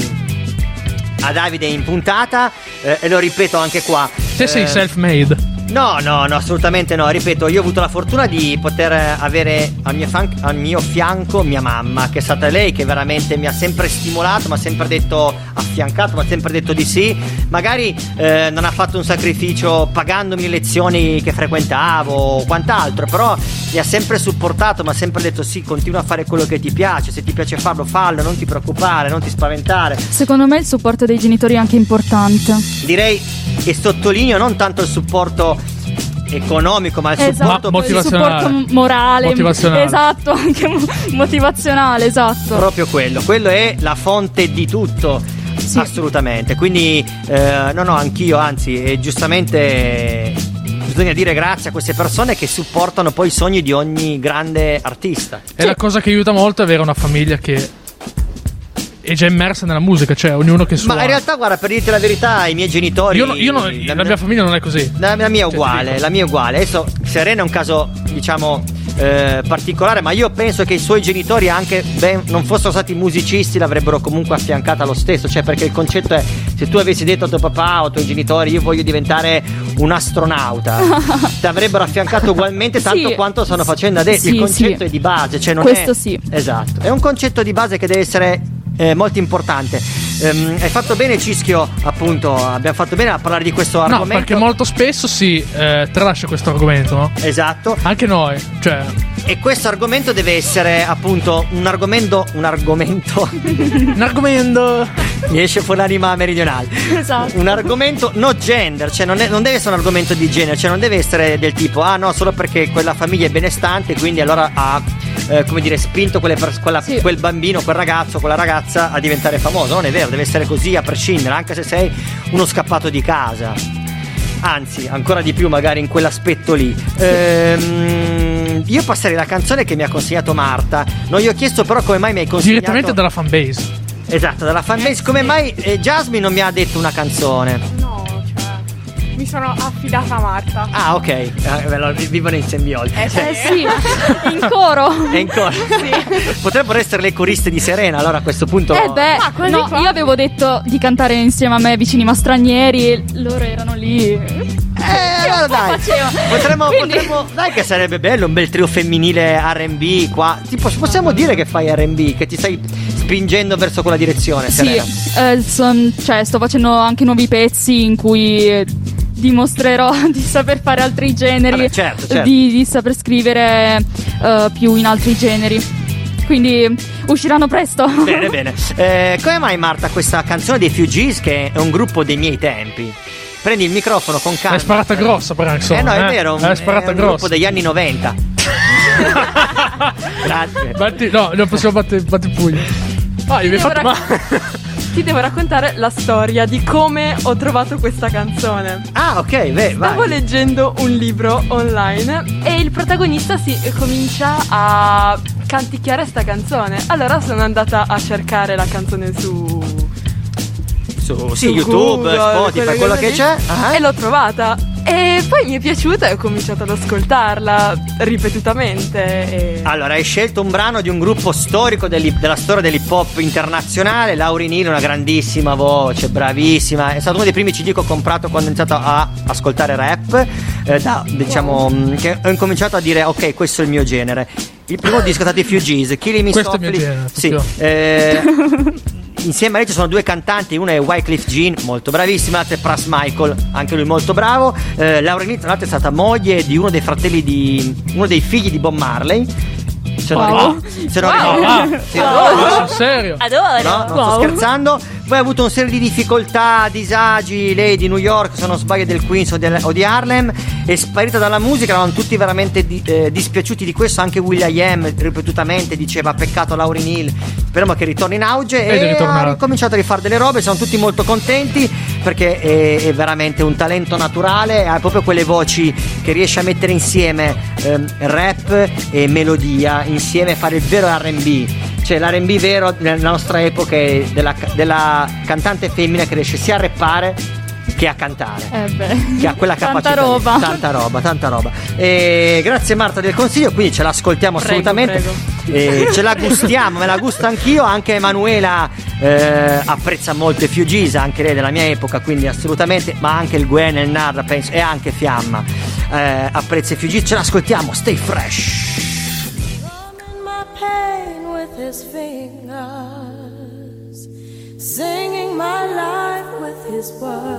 a Davide in puntata eh, e lo ripeto anche qua. te sei Eh, self-made. No, no, no, assolutamente no. Ripeto, io ho avuto la fortuna di poter avere al mio, fan- al mio fianco mia mamma, che è stata lei che veramente mi ha sempre stimolato, mi ha sempre detto affiancato, mi ha sempre detto di sì. Magari eh, non ha fatto un sacrificio pagandomi le lezioni che frequentavo o quant'altro, però mi ha sempre supportato, mi ha sempre detto sì, continua a fare quello che ti piace, se ti piace farlo, fallo, non ti preoccupare, non ti spaventare. Secondo me il supporto dei genitori è anche importante. Direi, e sottolineo, non tanto il supporto economico, ma il Esatto, supporto motivazionale. Il supporto morale, Motivazionale. esatto, anche mo- motivazionale, esatto. proprio quello, quello è la fonte di tutto, Sì. assolutamente. Quindi eh, no no anch'io, anzi, e giustamente eh, bisogna dire grazie a queste persone che supportano poi i sogni di ogni grande artista. E la cosa che aiuta molto è avere una famiglia che è già immersa nella musica, cioè ognuno che suona. Ma in realtà, guarda, per dirti la verità, i miei genitori, Io no- io no- la, la mia famiglia non è così. La, la mia è Cioè, uguale, ti dico. la mia è uguale. Adesso Serena è un caso, diciamo, eh, particolare, ma io penso che i suoi genitori, anche ben non fossero stati musicisti, l'avrebbero comunque affiancata lo stesso. Cioè, perché il concetto è: se tu avessi detto a tuo papà o ai tuoi genitori io voglio diventare un astronauta, ti avrebbero affiancato ugualmente tanto Sì. quanto stanno facendo adesso. Sì, Il concetto sì. è di base, cioè non Questo è... sì. Esatto, è un concetto di base che deve essere eh, molto importante. Ehm, hai fatto bene, Cischio, appunto, abbiamo fatto bene a parlare di questo No, argomento. perché molto spesso si eh, tralascia questo argomento, no? Esatto. Anche noi, cioè. E questo argomento deve essere appunto un argomento. Un argomento. un argomento. Mi esce fuori l'anima meridionale. Esatto. Un argomento no gender, cioè non, è, non deve essere un argomento di genere, cioè non deve essere del tipo ah no, solo perché quella famiglia è benestante, quindi allora ha eh, come dire spinto quelle pers- quella, Sì. quel bambino, quel ragazzo, quella ragazza a diventare famoso. Non è vero, deve essere così a prescindere, anche se sei uno scappato di casa. Anzi, ancora di più magari in quell'aspetto lì. Ehm, io passerei la canzone che mi ha consigliato Marta. Non gli ho chiesto però come mai mi hai consigliato. Direttamente dalla fanbase. Esatto, dalla fanbase. Come mai eh, Jasmine non mi ha detto una canzone? No, cioè, mi sono affidata a Marta. Ah, ok. Eh, allora, vi- vivono in simbiosi. Eh sì, in coro. È in coro. Potrebbero essere le coriste di Serena, allora a questo punto. Eh beh, Ah, quasi no, quasi. io avevo detto di cantare insieme a me vicini ma stranieri e loro erano lì. Eh, allora dai. Faceva. Potremmo, Quindi- potremmo. Dai, che sarebbe bello un bel trio femminile R and B qua. Tipo, possiamo dire che fai R and B, che ti stai spingendo verso quella direzione, Sì, Serena. eh, son- cioè sto facendo anche nuovi pezzi in cui eh, dimostrerò di saper fare altri generi, Vabbè, certo, certo. Di, di saper scrivere eh, più in altri generi. Quindi usciranno presto. Bene, bene. Eh, come mai, Marta, questa canzone dei Fugees, che è un gruppo dei miei tempi? Prendi il microfono con calma. È sparata grossa, però insomma. Eh no, è eh. vero, È sparata è un grossa. gruppo degli anni novanta. Grazie. Batti, no, non possiamo battere batti il pugno. Ah, mi hai fatto Devo male. Ti devo raccontare la storia di come ho trovato questa canzone. Ah, ok, beh, vai. Stavo leggendo un libro online e il protagonista si comincia a canticchiare sta canzone. Allora sono andata a cercare la canzone su, Su, sì, su YouTube, Google, Spotify, quello che lì, c'è. Ah. e l'ho trovata. E poi mi è piaciuta e ho cominciato ad ascoltarla ripetutamente. E... Allora, hai scelto un brano di un gruppo storico dell'hip- della storia dell'hip hop internazionale. Lauryn Hill, una grandissima voce, bravissima. È stato uno dei primi C D che ho comprato quando ho iniziato a ascoltare rap. Eh, da, diciamo, mh, che ho incominciato a dire: ok, questo è il mio genere. Il primo disco è stato i Fugees, Killing Me Questo è il Softly. mio genere, Sì. proprio. Eh, insieme a lei ci sono due cantanti, una è Wyclef Jean, molto bravissima, l'altra è Pras Michael, anche lui molto bravo. Eh, Lauryn Hill, tra l'altro, è stata moglie di uno dei fratelli di uno dei figli di Bob Marley. Se non Wow. ricordo- se non Wow. ricordo- Wow. sì. Wow. Sul serio? Adoro. No, non sto Wow. scherzando. Poi ha avuto una serie di difficoltà, disagi. Lei di New York, se non sbaglio, del Queens o, del- o di Harlem. È sparita dalla musica. Erano tutti veramente di- eh, dispiaciuti di questo. Anche Will.i.am ripetutamente diceva: peccato Lauryn Hill. Speriamo che ritorni in auge. Ed è E ha ritornato. ricominciato a rifare delle robe. Sono tutti molto contenti perché è, è veramente un talento naturale. Ha proprio quelle voci che riesce a mettere insieme ehm, rap e melodia, insieme a fare il vero R and B. cioè l'R and B vero nella nostra epoca è della, della cantante femmina che riesce sia a rappare che a cantare, eh beh. che ha quella capacità. Tanta roba. Tanta roba, tanta roba. E grazie Marta del consiglio, quindi ce l'ascoltiamo Prego, assolutamente. prego. E ce la gustiamo, me la gusto anch'io. Anche Emanuela eh, apprezza molto i Fugees, anche lei della mia epoca, quindi assolutamente. Ma anche il Gwen e il Narda, penso, e anche Fiamma eh, apprezza i Fugees. Ce l'ascoltiamo, stay fresh. My pain with his fingers, singing my life with his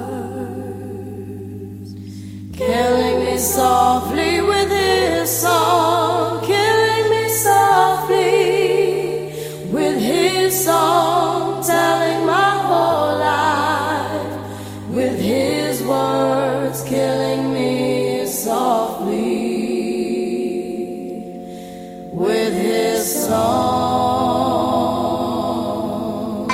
words, killing me softly with his song, killing me softly with his song, telling my whole life with his words, killing me softly with his song.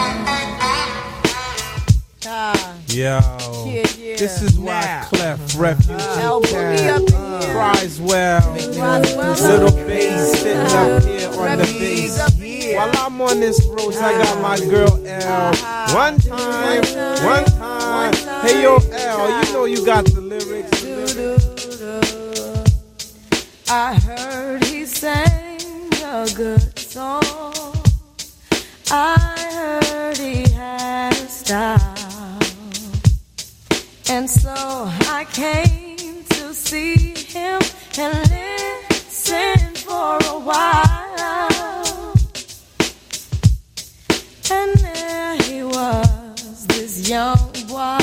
Yo, Yeah, yeah. this is why Clef Refuge L, put me up in here. cries well. Little bass sitting up here on the bass. While I'm on this road, I got my girl L. One time, one time. Hey yo, L, you know you got the lyrics. I heard he sang a good song. I heard he had a style. And so I came to see him and listen for a while. And there he was, this young boy,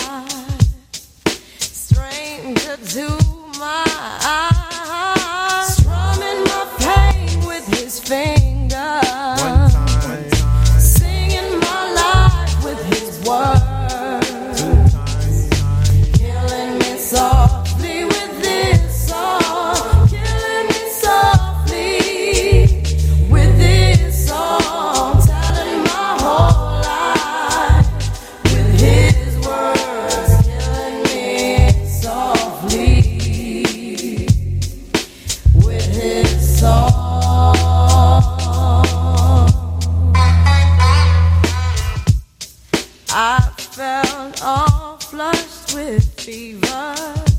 stranger to my eyes, strumming my pain with his fingers, singing my life with his words, killing me softly with this song, killing me softly with this song, telling my whole life with his words, killing me softly with his song. I felt all flushed with fever,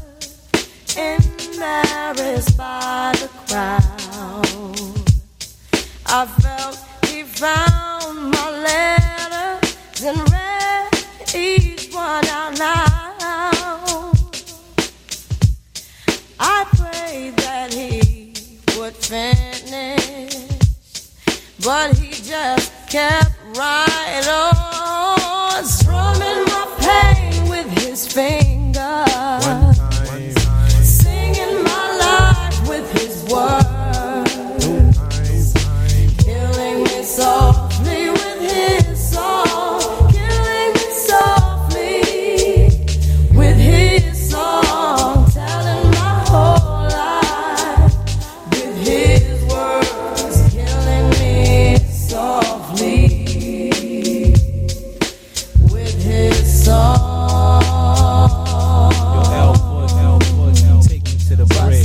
embarrassed by the crowd. I felt he found my letters and read each one out loud. I prayed that he would finish, but he just kept right on, strumming my pain with his fingers, singing my life with his words, killing me softly with his song, killing me softly with his song, telling my whole life with his words, killing me softly with his song. Take me to the bridge.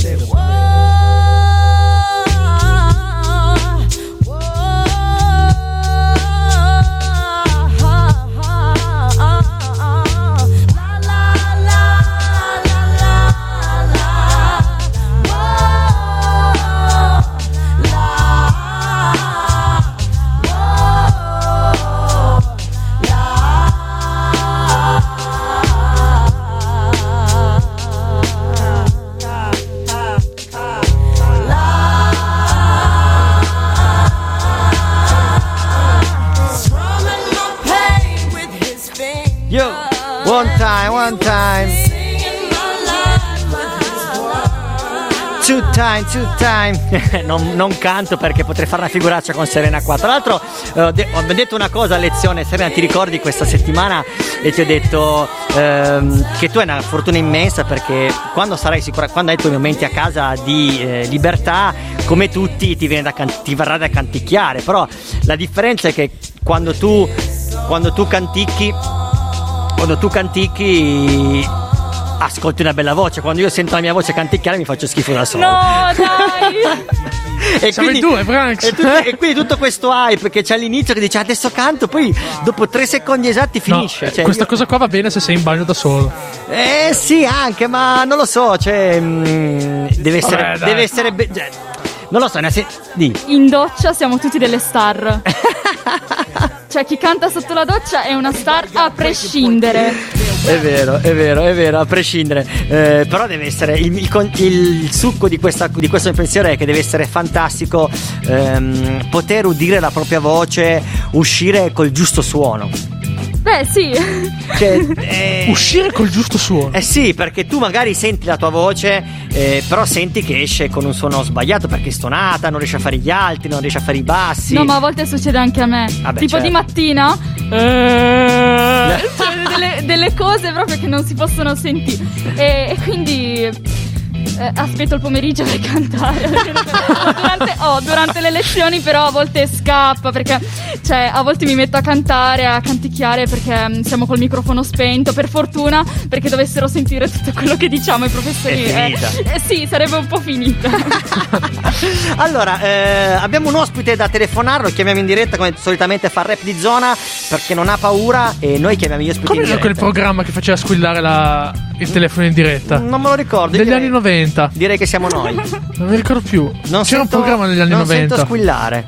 Yo, one time, one time. Two time, two time. non, non canto perché potrei fare una figuraccia con Serena qua. Tra l'altro eh, ho, de- ho detto una cosa a lezione. Serena, ti ricordi questa settimana? E ti ho detto ehm, che tu hai una fortuna immensa, perché quando sarai sicura, quando hai i tuoi momenti a casa di eh, libertà, come tutti ti, viene da can- ti verrà da canticchiare. Però la differenza è che quando tu quando tu canticchi quando tu canticchi ascolti una bella voce. Quando io sento la mia voce canticchiare mi faccio schifo da solo. No, dai! E Siamo quindi, in due, Franks. e, tutto- e quindi tutto questo hype che c'è all'inizio che dice adesso canto, poi dopo tre secondi esatti finisce. No, Cioè, questa io- cosa qua va bene se sei in bagno da solo. Eh sì, anche, ma non lo so, cioè mm, deve essere Vabbè, dai. deve essere be- cioè, non lo so, ne se- di. In doccia siamo tutti delle star. Cioè, chi canta sotto la doccia è una star a prescindere. È vero, è vero, è vero, a prescindere. Eh, però deve essere il, il con- il succo di, questa, di questo pensiero è che deve essere fantastico ehm, poter udire la propria voce, uscire col giusto suono. Beh, sì. Cioè, eh, Uscire col giusto suono. Eh sì, perché tu magari senti la tua voce, eh, però senti che esce con un suono sbagliato perché è stonata, non riesce a fare gli alti, non riesce a fare i bassi. No, ma a volte succede anche a me. Vabbè, tipo certo. di mattina. eh, cioè, delle, delle cose proprio che non si possono sentire. E, e quindi. eh, aspetto il pomeriggio per cantare. durante, oh, durante le lezioni, però a volte scappa perché, cioè, a volte mi metto a cantare, a canticchiare perché mm, siamo col microfono spento. Per fortuna, perché dovessero sentire tutto quello che diciamo i professori. È finita. Eh, eh, sì, sarebbe un po' finita. Allora, eh, abbiamo un ospite da telefonare, lo chiamiamo in diretta come solitamente fa Rap di Zona perché non ha paura e noi chiamiamo gli ospiti Come in era diretta. quel programma che faceva squillare la- il telefono in diretta? Non me lo ricordo. Degli direi- anni novanta. Direi che siamo noi. Non mi ricordo più. Non C'era sento- un programma negli anni non novanta. sento squillare.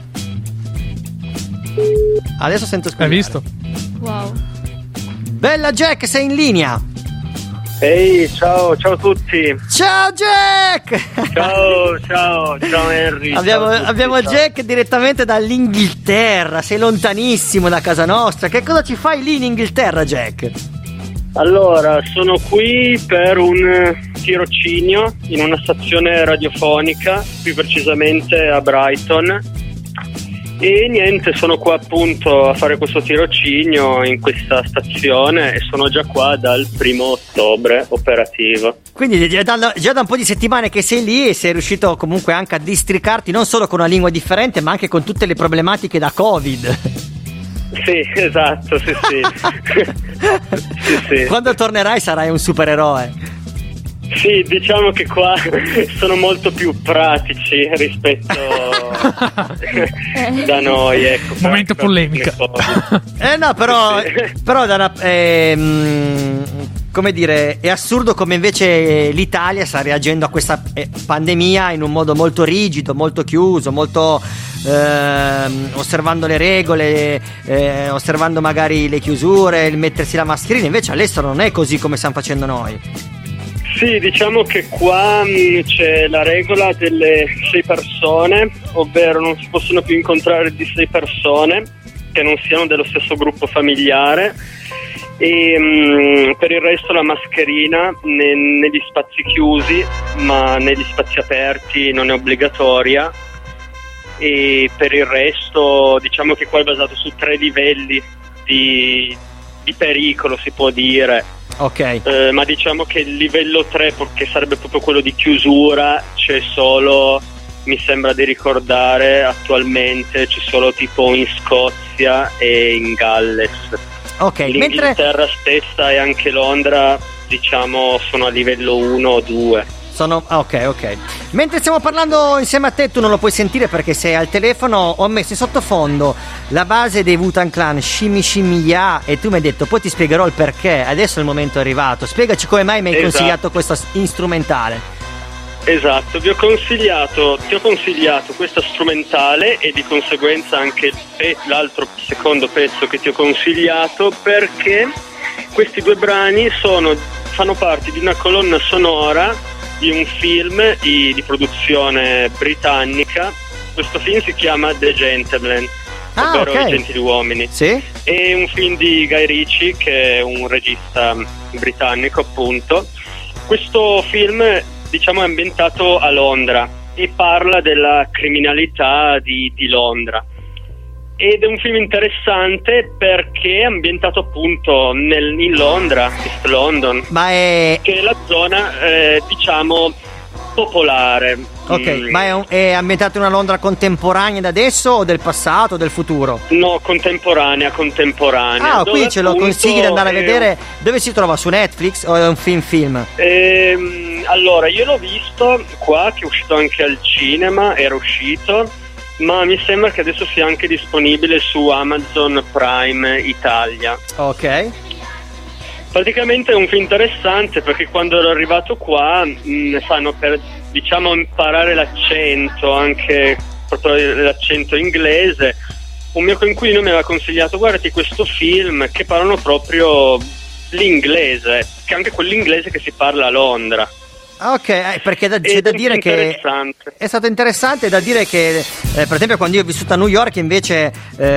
Adesso sento squillare. Hai visto? Wow. Bella Jack, sei in linea. Ehi, ciao, ciao a tutti. Ciao Jack. Ciao, ciao, ciao Henry. Abbiamo, ciao a tutti, abbiamo ciao. Jack direttamente dall'Inghilterra. Sei lontanissimo da casa nostra. Che cosa ci fai lì in Inghilterra, Jack? Allora, sono qui per un tirocinio in una stazione radiofonica, più precisamente a Brighton. E niente, sono qua appunto a fare questo tirocinio in questa stazione e sono già qua dal primo ottobre operativo. Quindi già da, già da un po' di settimane che sei lì e sei riuscito comunque anche a districarti non solo con una lingua differente ma anche con tutte le problematiche da Covid. Sì, esatto, sì, sì. Sì, sì. Quando tornerai sarai un supereroe. Sì, diciamo che qua sono molto più pratici rispetto da noi, ecco. Momento polemica. Eh no, però, però da una- ehm, come dire, è assurdo come invece l'Italia sta reagendo a questa eh, pandemia in un modo molto rigido, molto chiuso, molto ehm, osservando le regole, eh, osservando magari le chiusure, il mettersi la mascherina. Invece all'estero non è così come stiamo facendo noi. Sì, diciamo che qua mh, c'è la regola delle sei persone, ovvero non si possono più incontrare di sei persone che non siano dello stesso gruppo familiare e mh, per il resto la mascherina ne- negli spazi chiusi, ma negli spazi aperti non è obbligatoria. E per il resto diciamo che qua è basato su tre livelli di, di pericolo, si può dire. Ok. Eh, ma diciamo che il livello tre, che sarebbe proprio quello di chiusura, c'è solo, mi sembra di ricordare attualmente, c'è solo tipo in Scozia e in Galles. Ok, mentre L'Inghilterra stessa e anche Londra, diciamo, sono a livello uno o due. sono ah, ok, ok. Mentre stiamo parlando insieme a te, tu non lo puoi sentire perché sei al telefono. Ho messo in sottofondo la base dei Wu-Tang Clan, Shimmy Shimmy Ya, e tu mi hai detto poi ti spiegherò il perché. Adesso il momento è arrivato. Spiegaci come mai mi hai Esatto. consigliato questo strumentale. Esatto, vi ho consigliato, ti ho consigliato questa strumentale e di conseguenza anche il pe- l'altro secondo pezzo che ti ho consigliato, perché questi due brani sono, fanno parte di una colonna sonora di un film di, di produzione britannica. Questo film si chiama The Gentleman, Ah, ovvero ok. I Gentiluomini. Sì? È un film di Guy Ritchie, che è un regista britannico appunto. Questo film, diciamo, è ambientato a Londra e parla della criminalità di, di Londra. Ed è un film interessante perché è ambientato appunto nel, in Londra, East London, Ma è che è la zona, eh, diciamo, popolare. Ok, Mm. ma è, un- è ambientato in una Londra contemporanea da adesso o del passato o del futuro? No, contemporanea, contemporanea. Ah, dove qui ce lo appunto consigli di andare a è vedere. Dove si trova? Su Netflix o è un film film? Ehm, allora, io l'ho visto qua, che è uscito anche al cinema, era uscito, ma mi sembra che adesso sia anche disponibile su Amazon Prime Italia. Ok. Praticamente è un film interessante perché quando ero arrivato qua mh, fanno per, diciamo, imparare l'accento, anche proprio l'accento inglese. Un mio coinquilino mi aveva consigliato: guardati questo film che parlano proprio l'inglese, che è anche quell'inglese che si parla a Londra. Ah, ok, eh, perché da- c'è Ed da è dire che interessante. è stato interessante, da dire che eh, per esempio quando io ho vissuto a New York invece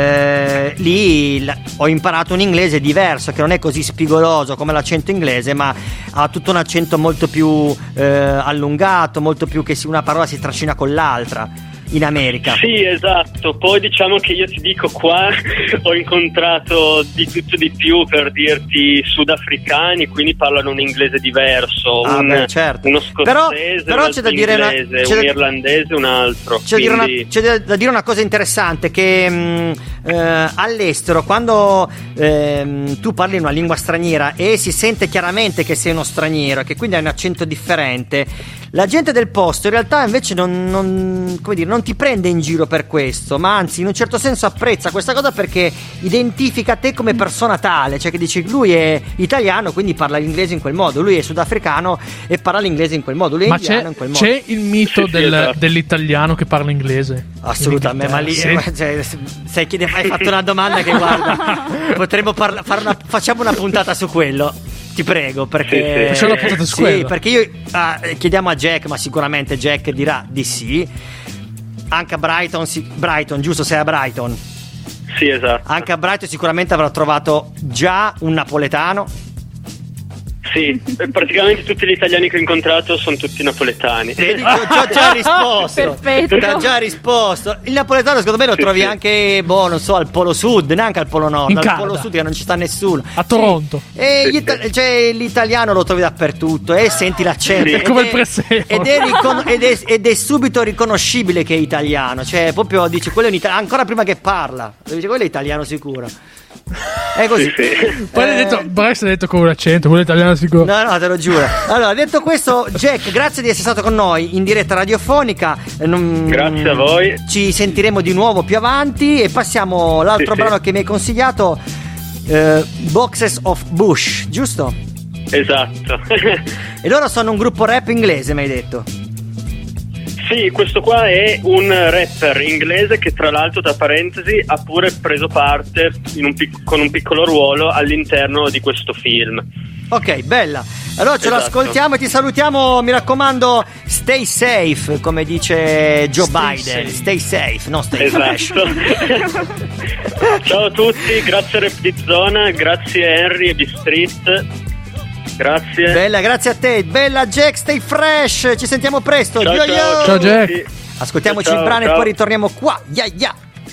eh, lì l- ho imparato un inglese diverso, che non è così spigoloso come l'accento inglese, ma ha tutto un accento molto più eh, allungato, molto più che si- una parola si trascina con l'altra in America. Sì, esatto. Poi diciamo che io ti dico, qua ho incontrato di tutto di più, per dirti, sudafricani, quindi parlano un inglese diverso, Ah, un, beh, certo. uno scozzese, Però- un però altro c'è da dire una- inglese, c'è un da- irlandese, un altro. C'è, da dire una, Quindi c'è da- da dire una cosa interessante, che mh, eh, all'estero quando ehm, tu parli una lingua straniera e si sente chiaramente che sei uno straniero, che quindi hai un accento differente, la gente del posto in realtà invece non, non, come dire, non ti prende in giro per questo, ma anzi in un certo senso apprezza questa cosa perché identifica te come persona tale, cioè che dici lui è italiano quindi parla l'inglese in quel modo, lui è sudafricano e parla l'inglese in quel modo, lui è Ma indiano c'è, in quel modo. c'è il mito Sì, sì, del- esatto. dell'italiano che parla inglese? Assolutamente, ma lì Sì. eh, cioè, sai che hai fatto una domanda che guarda, potremmo parla- fare una, facciamo una puntata su quello. Ti prego, perché Sì, sì. Facciamo una puntata su sì, quello. perché io ah, chiediamo a Jack, ma sicuramente Jack dirà di sì. Anche a Brighton, sì, Brighton, giusto? Sei a Brighton? sì, esatto. Anche a Brighton sicuramente avrà trovato già un napoletano. Sì, eh, praticamente tutti gli italiani che ho incontrato sono tutti napoletani. Vedi, ti ho già, già risposto. Perfetto. Ti ho già risposto. Il napoletano secondo me lo Sì, trovi sì. anche, boh, non so, al Polo Sud, neanche al Polo Nord, In al Canada. Polo Sud che non ci sta nessuno. A Toronto. E gli ita- cioè, l'italiano lo trovi dappertute e senti l'accento. Sì. Ed Come è- il presepe. Ed è, ricon- ed, è, ed è subito riconoscibile che è italiano. Cioè, proprio dici, quello è un italiano, ancora prima che parla. Dice, quello è italiano sicuro. È così. Sì, sì. Poi Eh, hai detto, Bryce ha detto con un accento, quello italiano sicuro. No, no, te lo giuro. Allora, detto questo, Jack, grazie di essere stato con noi in diretta radiofonica. Eh, non- Grazie a voi. Ci sentiremo di nuovo più avanti e passiamo all'altro Sì, sì. brano che mi hai consigliato, eh, Boxes of Bush, giusto? Esatto. E loro sono un gruppo rap inglese, mi hai detto. Sì, questo qua è un rapper inglese che, tra l'altro, tra parentesi, ha pure preso parte in un pic- con un piccolo ruolo all'interno di questo film. Ok, bella. Allora ce lo Esatto. ascoltiamo e ti salutiamo, mi raccomando, stay safe, come dice Joe Stay Biden. safe. Stay safe, non stay fresh. Esatto. Ciao a tutti, grazie Rap di Zona, grazie Henry e B-Street. Grazie. Bella, grazie a te. Bella Jack, stay fresh. Ci sentiamo presto. Ciao, Yo, ciao, yo. Ciao, Jack. tutti. Ascoltiamoci Ciao, il brano ciao. e poi ritorniamo qua. Yeah, yeah.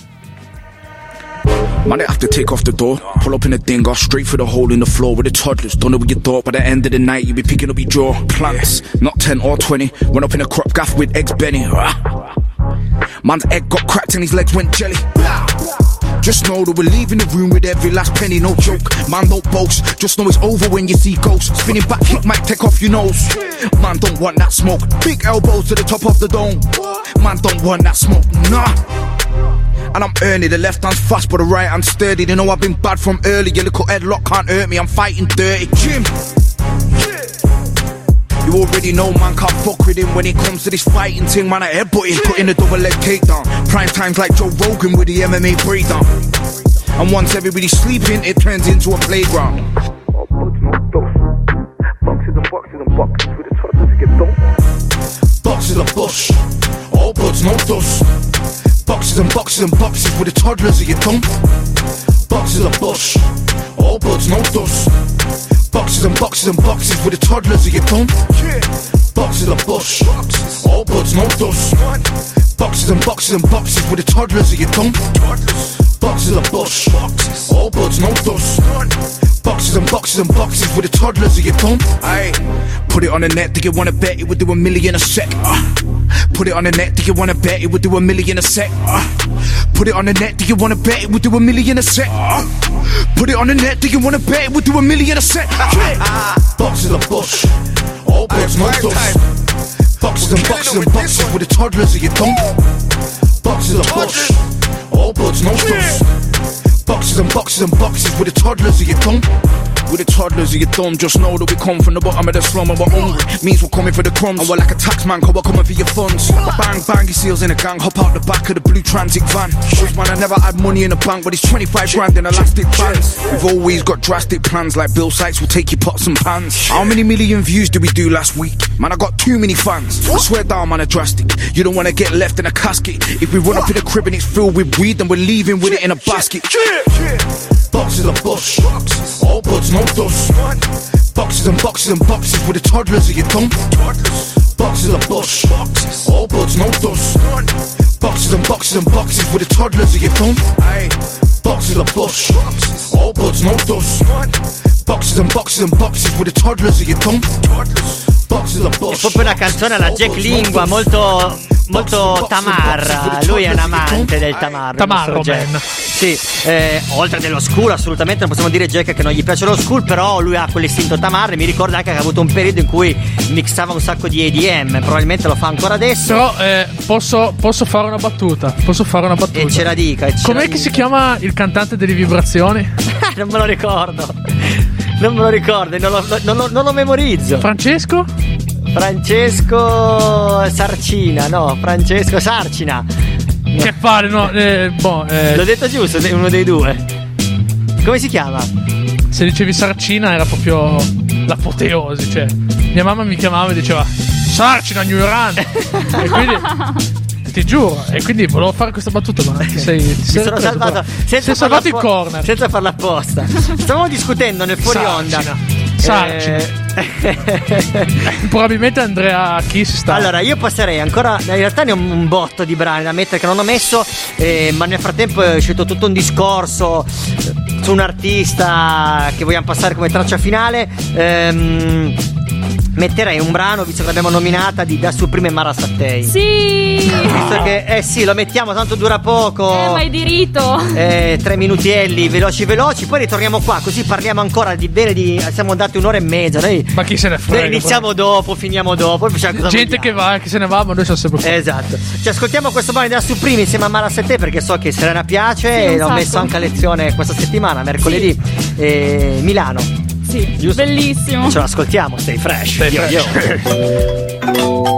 Man, they have to take off the door. Pull up in the thing, go straight for the hole in the floor with the toddlers. Don't know what you thought. By the end of the night, you be picking up your jaw. Plants, not ten or twenty. Went up in a crop gaff with eggs Benny. Ah. Man's egg got cracked and his legs went jelly. Just know that we're leaving the room with every last penny, no joke. Man, don't boast. Just know it's over when you see ghosts. Spinning back kick might take off your nose. Man, don't want that smoke. Big elbows to the top of the dome. Man, don't want that smoke. Nah. And I'm early, the left hand's fast but the right hand's sturdy. They know I've been bad from early. Your little headlock can't hurt me, I'm fighting dirty. Jim. You already know man can't fuck with him when it comes to this fighting thing. Man, I headbutt him, put in a double leg takedown. Prime times like Joe Rogan with the M M A breakdown. And once everybody's sleeping, it turns into a playground. Boxes and boxes and boxes with the toddlers to get done. Boxes of bush, all buds, no dust. Boxes and boxes and boxes with the toddlers are you dumb? Boxes of bush, all buds, no dust. Boxes and boxes and boxes with the toddlers are you dumb? Boxes of bush, all buds, no dust. Boxes and boxes and boxes with the toddlers are you dumb? Boxes of bush, all buds, no dust. Boxes and boxes and boxes with the toddlers of your phone. Aye. Put it on the net, do you wanna bet it would do a million a sec? Uh. Put it on the net, do you wanna bet it would do a million a sec? Uh. Put it on the net, do you wanna bet it would do a million a sec? Uh. Put it on the net, do you wanna bet it would do a million a sec? Uh. Boxes of bush, all bush, no dust. Boxes and boxes and boxes with the toddlers of your phone. Boxes of bush, all buds, no dust. Boxes and boxes and boxes with the toddlers of your thumb. With the toddlers of your thumb, just know that we come from the bottom of the slum and we're hungry. Means we're coming for the crumbs. And we're like a tax man, cause we're coming for your funds. Bang, bang, he seals in a gang, hop out the back of the blue transit van. Shows man, I never had money in the bank, but it's twenty-five grand in elastic bands. We've always got drastic plans, like Bill Sykes will take your pots and pans. How many million views did we do last week? Man, I got too many fans. I swear down, man, are drastic. You don't wanna get left in a casket. If we run up in the crib and it's filled with weed, then we're leaving with it in a basket. Boxes of bush, all buds, no dust. Boxes and boxes and boxes with the toddlers of your thumb. Boxes of bush, all buds, no dust. Boxes and boxes and boxes with the toddlers of your thumb. Boxes of bush, all buds, no dust. Boxes and boxes and boxes with the toddlers of your thumb. È proprio una canzone alla Jack Lingua, molto molto tamarra. Lui è un amante del tamarro. Tamarro, man. Sì, eh, oltre dell'oscuro, assolutamente non possiamo dire Jack che non gli piace lo school, però lui ha quell'istinto tamarro. Mi ricorda anche che ha avuto un periodo in cui mixava un sacco di E D M, probabilmente lo fa ancora adesso. Però eh, posso, posso fare una battuta. Posso fare una battuta. E ce la dica. Ce Com'è la che dica. si chiama il cantante delle vibrazioni? Non me lo ricordo. Non me lo ricordo, non lo, non lo, non lo memorizzo. Francesco? Francesco Sarcina, no, Francesco Sarcina. No. Che fare, no, eh, boh, eh. L'ho detto giusto, uno dei due. Come si chiama? Se dicevi Sarcina era proprio l'apoteosi, cioè. Mia mamma mi chiamava e diceva Sarcina, ignorante. E quindi ti giuro, e quindi volevo fare questa battuta, ma ti sei, ti sei Mi sono salvato senza sei salvato il corner. Senza farla apposta. Stavamo discutendo nel fuori onda. Sarcina. Eh... Probabilmente Andrea Kiss sta. Allora io passerei ancora. In realtà ne ho un botto di brani da mettere che non ho messo, eh, ma nel frattempo è uscito tutto un discorso su un artista che vogliamo passare come traccia finale. ehm, Metterei un brano, visto che l'abbiamo nominata, di Da Supreme e Mara Sattei. Sì! Visto che, eh sì, lo mettiamo, tanto dura poco. Eh, ma è diritto. Eh, tre minutielli, veloci veloci. Poi ritorniamo qua, così parliamo ancora di bene di... Siamo andati un'ora e mezza, noi... Ma chi se ne frega? Noi iniziamo poi. dopo, finiamo dopo. Cosa Gente vogliamo. che va, che se ne va, ma noi siamo sempre qua. Esatto. Ci ascoltiamo questo brano da Supreme insieme a Mara Sattei, perché so che Serena piace. Sì, e l'ho sacco. messo anche a lezione questa settimana, mercoledì. Sì. Eh, Milano. Sì, Giusto? bellissimo. Ce l'ascoltiamo, stay fresh. Stay Yo, fresh. yo.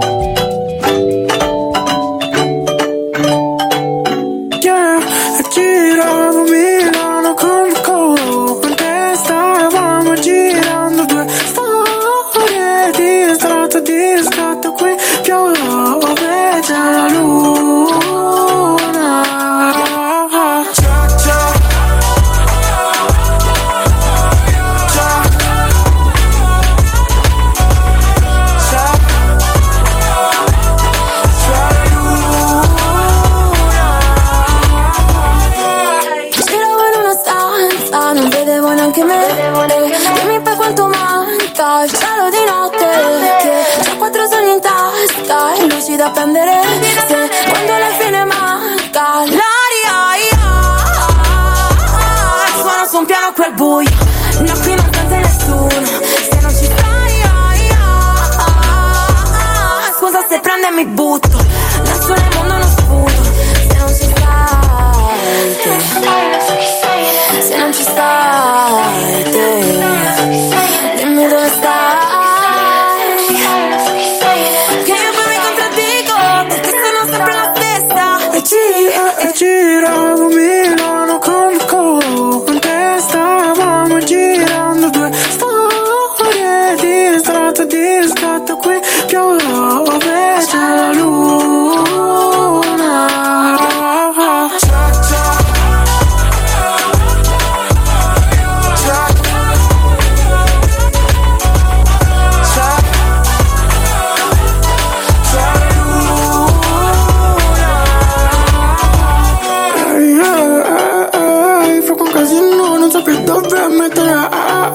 Yeah, e giravo Milano con Colo, con te stavamo girando due storie di strato di scatto, qui piove c'è la luna. Ciao, ciao. Non vedevo neanche me. Dimmi poi quanto manca il cielo di notte, che c'ho quattro soldi in tasca e luci da prendere. Se quando alla fine manca l'aria, suona su un piano quel buio. No, qui non sente nessuno. Se non ci stai, scusa se prende e mi butto. Nessuno nel mondo non sputo. Se non ci stai, te. Se non ci stai, te. Dimmi dove stai. Che io poi mi contraddico, perché sono sempre la stessa. E gira, e giravo Milano con Colo, con te stavamo girando due storie di strato di scatto, qui piove c'è la luna. Ciao, ciao. Fra con casino non so più dove mettere.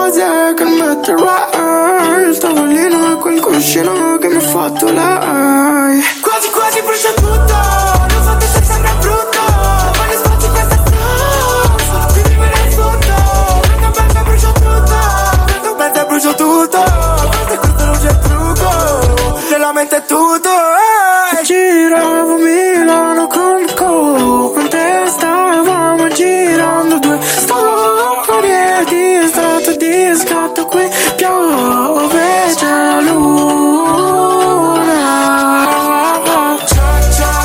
cos'è che metterai? Il tavolino e quel cuscino che mi ha fatto lei. Quasi quasi brucia tutto, l'ho fatto se sembra brutto. Ma gli spazi questa strada, ti vive nel sotto. Prendo bene, brucia tutto, prendo bene, brucia tutto. Questo e questo non c'è trucco, nella mente è tutto, eh. Giravo Milano col co, con te stavamo girando due storie di strato di scatto, qui piove, c'è la luna. Ciao, ciao.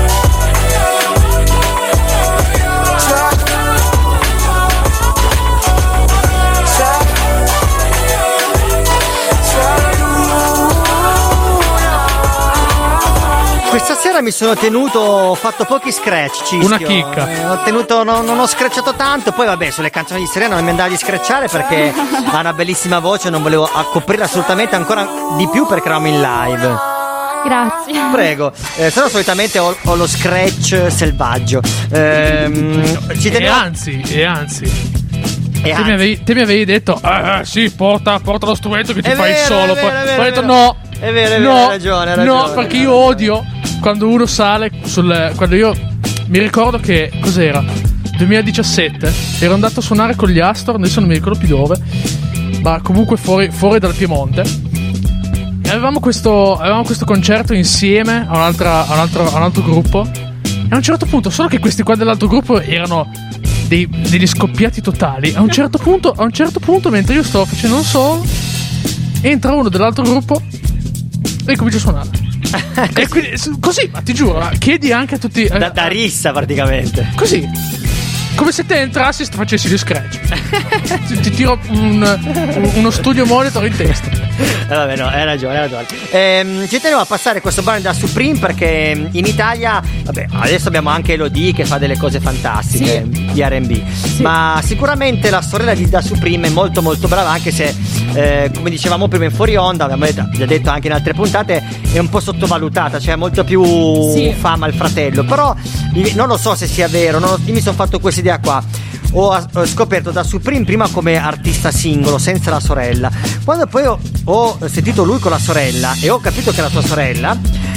Questa sera mi sono tenuto, ho fatto pochi scratch, Cischio. Una chicca. Eh, ho tenuto, no, non ho scratchato tanto, poi vabbè, sulle canzoni di Serena non mi andava di scratchare perché ha una bellissima voce, non volevo coprirla assolutamente ancora di più perché eravamo in live. Grazie. Prego, eh, se no solitamente ho, ho lo scratch selvaggio. Ehm, ci E tenevo... anzi, e anzi. E Te anzi. mi, avevi, te mi avevi detto, eh, eh, sì, porta, porta lo strumento che ti È fai vero, solo. è vero, Poi è vero, ho è detto vero. no. È vero, è vero, no, hai ragione, hai ragione. No, perché io odio quando uno sale sul. Quando io mi ricordo che cos'era? duemiladiciassette ero andato a suonare con gli Astor, adesso non mi ricordo più dove, ma comunque fuori, fuori dal Piemonte. E avevamo questo, avevamo questo concerto insieme a, un'altra, a, un altro, a un altro gruppo. E a un certo punto, solo che questi qua dell'altro gruppo erano dei, degli scoppiati totali. A un certo punto, a un certo punto, mentre io sto facendo un solo, entra uno dell'altro gruppo e comincia a suonare. E quindi, così, ma ti giuro, chiedi anche a tutti. Da, da rissa praticamente. Così. Come se te entrassi e facessi gli scratch. ti, ti tiro un, uno studio monitor in testa. Eh, vabbè, no, hai ragione, hai ragione. Ehm, ci tenevo a passare questo brano da Supreme perché in Italia, vabbè, adesso abbiamo anche Elodie che fa delle cose fantastiche, sì, di R and B. Sì. Ma sicuramente la sorella di Da Supreme è molto molto brava, anche se, eh, come dicevamo prima in fuori onda, abbiamo detto, già detto anche in altre puntate, è un po' sottovalutata, cioè molto più sì. fama il fratello. Però non lo so se sia vero, non, io mi sono fatto questa idea qua. Ho, ho scoperto Da Supreme prima come artista singolo, senza la sorella. Quando poi ho, ho sentito lui con la sorella e ho capito che era sua sorella,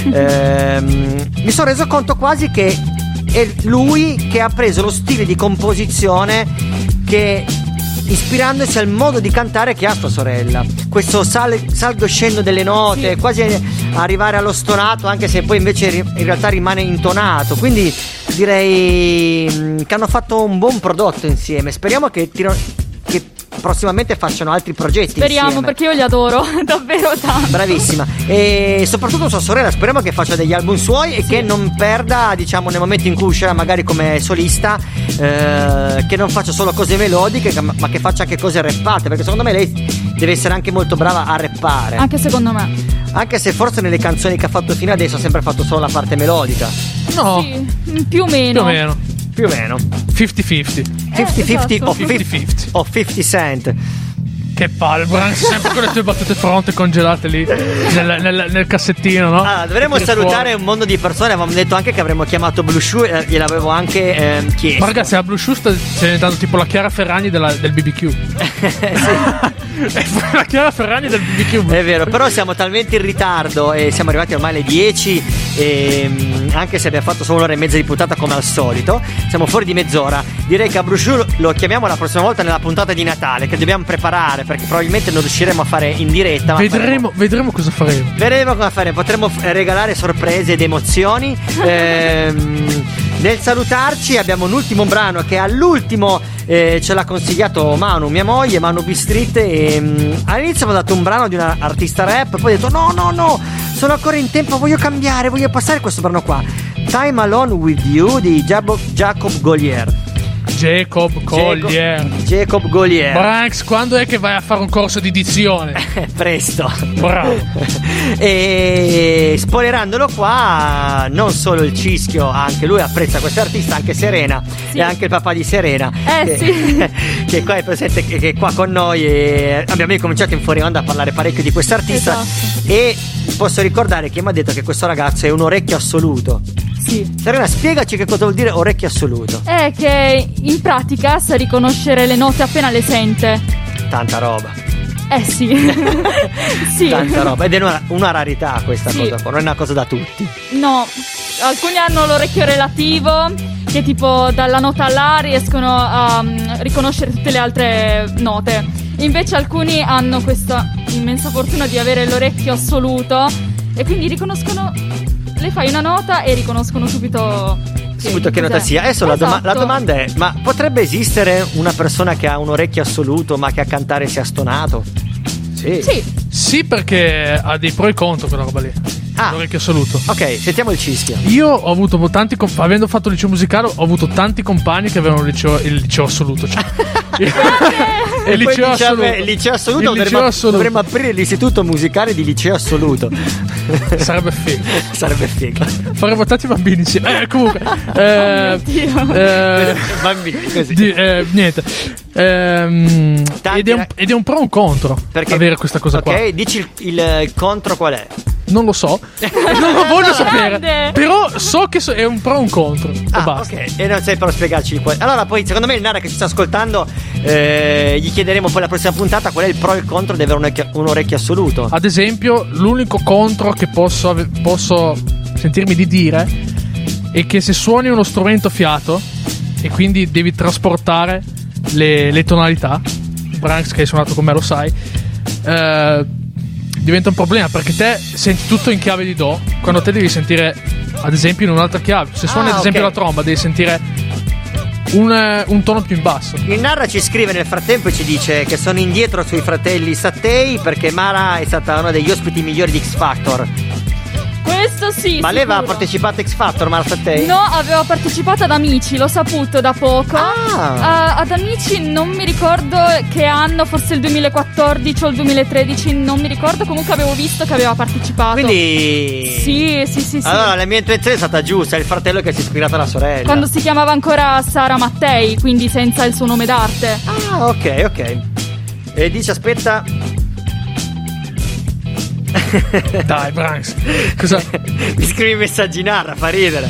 ehm, mi sono reso conto quasi che è lui che ha preso lo stile di composizione che, ispirandosi al modo di cantare che ha sua sorella, questo sale, salgo scendo delle note, sì, quasi arrivare allo stonato, anche se poi invece in realtà rimane intonato. Quindi direi che hanno fatto un buon prodotto insieme. Speriamo che, tiro, che prossimamente facciano altri progetti. Speriamo, insieme, perché io li adoro davvero tanto. Bravissima. E soprattutto sua sorella, speriamo che faccia degli album suoi e sì, che non perda, diciamo, nel momento in cui uscirà magari come solista, eh, che non faccia solo cose melodiche, ma che faccia anche cose rappate, perché secondo me lei deve essere anche molto brava a rappare. Anche secondo me. Anche se forse nelle canzoni che ha fatto fino adesso ha sempre fatto solo la parte melodica. No, sì, più o meno. Più o meno. Più o meno cinquanta cinquanta. cinquanta cinquanta esatto. o cinquanta o cinquanta Cent. Che palle, sempre con le tue battute pronte congelate lì nel, nel, nel cassettino, no? Ah, dovremmo salutare fuori un mondo di persone. Avevamo detto anche che avremmo chiamato Blue Shoe, eh, gliel'avevo anche eh, chiesto. Ma ragazzi, la Blue Shoe sta diventando tipo la Chiara Ferragni della, del B B Q. La Chiara Ferragni del B B Q. È vero, però siamo talmente in ritardo e siamo arrivati ormai alle dieci e anche se abbiamo fatto solo un'ora e mezza di puntata come al solito, siamo fuori di mezz'ora. Direi che a Blue Shoe lo chiamiamo la prossima volta nella puntata di Natale, che dobbiamo preparare perché probabilmente non riusciremo a fare in diretta, ma vedremo, faremo... vedremo cosa faremo. Vedremo cosa faremo. Potremo regalare sorprese ed emozioni. ehm, nel salutarci abbiamo un ultimo brano che all'ultimo eh, ce l'ha consigliato Manu, mia moglie, Manu B Street. E um, all'inizio avevo dato un brano di una artista rap, poi ho detto no no no, sono ancora in tempo, voglio cambiare, voglio passare questo brano qua, Time Alone With You di Jacob, Jacob Collier. Jacob Collier. Jacob, Jacob Collier. Branks, quando è che vai a fare un corso di dizione? Presto. Bravo. E spoilerandolo qua, non solo il Cischio, anche lui apprezza questo artista, anche Serena, sì, e anche il papà di Serena, eh, che, sì. che qua è presente, che, che è qua con noi, e abbiamo cominciato in fuori onda a parlare parecchio di questo artista, esatto, e posso ricordare che mi ha detto che questo ragazzo è un orecchio assoluto. Sì. Serena, spiegaci che cosa vuol dire orecchio assoluto. È che in pratica sa riconoscere le note appena le sente. Tra tanta roba. Eh sì. Sì. Tanta roba. Ed è una, una rarità questa Sì. cosa qua, non è una cosa da tutti. No, alcuni hanno l'orecchio relativo, che tipo dalla nota La riescono a um, riconoscere tutte le altre note. Invece alcuni hanno questa immensa fortuna di avere l'orecchio assoluto e quindi riconoscono, le fai una nota e riconoscono subito che, Subito che nota cos'è. sia. Adesso la, doma- Esatto. la domanda è: ma potrebbe esistere una persona che ha un orecchio assoluto ma che a cantare sia stonato? Sì. Sì. Sì, perché ha dei pro e contro quella roba lì. Ah. L'orecchio assoluto. Ok, sentiamo il cischio. Io ho avuto tanti comp- avendo fatto il liceo musicale, ho avuto tanti compagni che avevano il liceo, il liceo assoluto, cioè. E il poi liceo diciamo, assoluto. il liceo assoluto, Il dovremmo, liceo assoluto. dovremmo aprire l'istituto musicale di liceo assoluto. Sarebbe figo. Sarebbe figo. Faremo tanti bambini insieme. Eh, comunque. Eh, Oh mio Dio. eh, Bambini, così. di- eh, niente. Ehm, ed, è un, ed è un pro e un contro avere questa cosa Ok, qua. dici il, il, il contro qual è? Non lo so. Non lo voglio sapere. Grande. Però so che so- è un pro e un contro. E Ah, basta. ok, e non sei per spiegarci qua. Allora, poi, secondo me, il Nara che ci sta ascoltando, eh, gli chiederemo poi la prossima puntata qual è il pro e il contro di avere un orecchio, un orecchio assoluto. Ad esempio, l'unico contro che posso, ave- posso sentirmi di dire è che se suoni uno strumento a fiato e quindi devi trasportare le, le tonalità, Branks che hai suonato con me lo sai, eh, diventa un problema perché te senti tutto in chiave di Do quando te devi sentire ad esempio in un'altra chiave. Se suoni Ah, ad esempio ok. la tromba devi sentire un, eh, un tono più in basso. Il Narra ci scrive nel frattempo e ci dice che sono indietro sui fratelli Sattei perché Mara è stata una degli ospiti migliori di X Factor. Questo sì. Ma lei aveva sicuro. partecipato a X Factor, Mara Sattei? No, avevo partecipato ad Amici, l'ho saputo da poco. Ah. Eh, ad Amici non mi ricordo che anno, forse il duemilaquattordici o il duemilatredici, non mi ricordo. Comunque avevo visto che aveva partecipato. Quindi. Sì, sì, sì, sì. Allora, la mia intuizione è stata giusta, è il fratello che si è ispirato alla sorella. Quando si chiamava ancora Sara Mattei, quindi senza il suo nome d'arte. Ah, ok, ok. E dice, aspetta. Dai, Branks. Cosa? Mi scrivi messaggi Narra, fa ridere.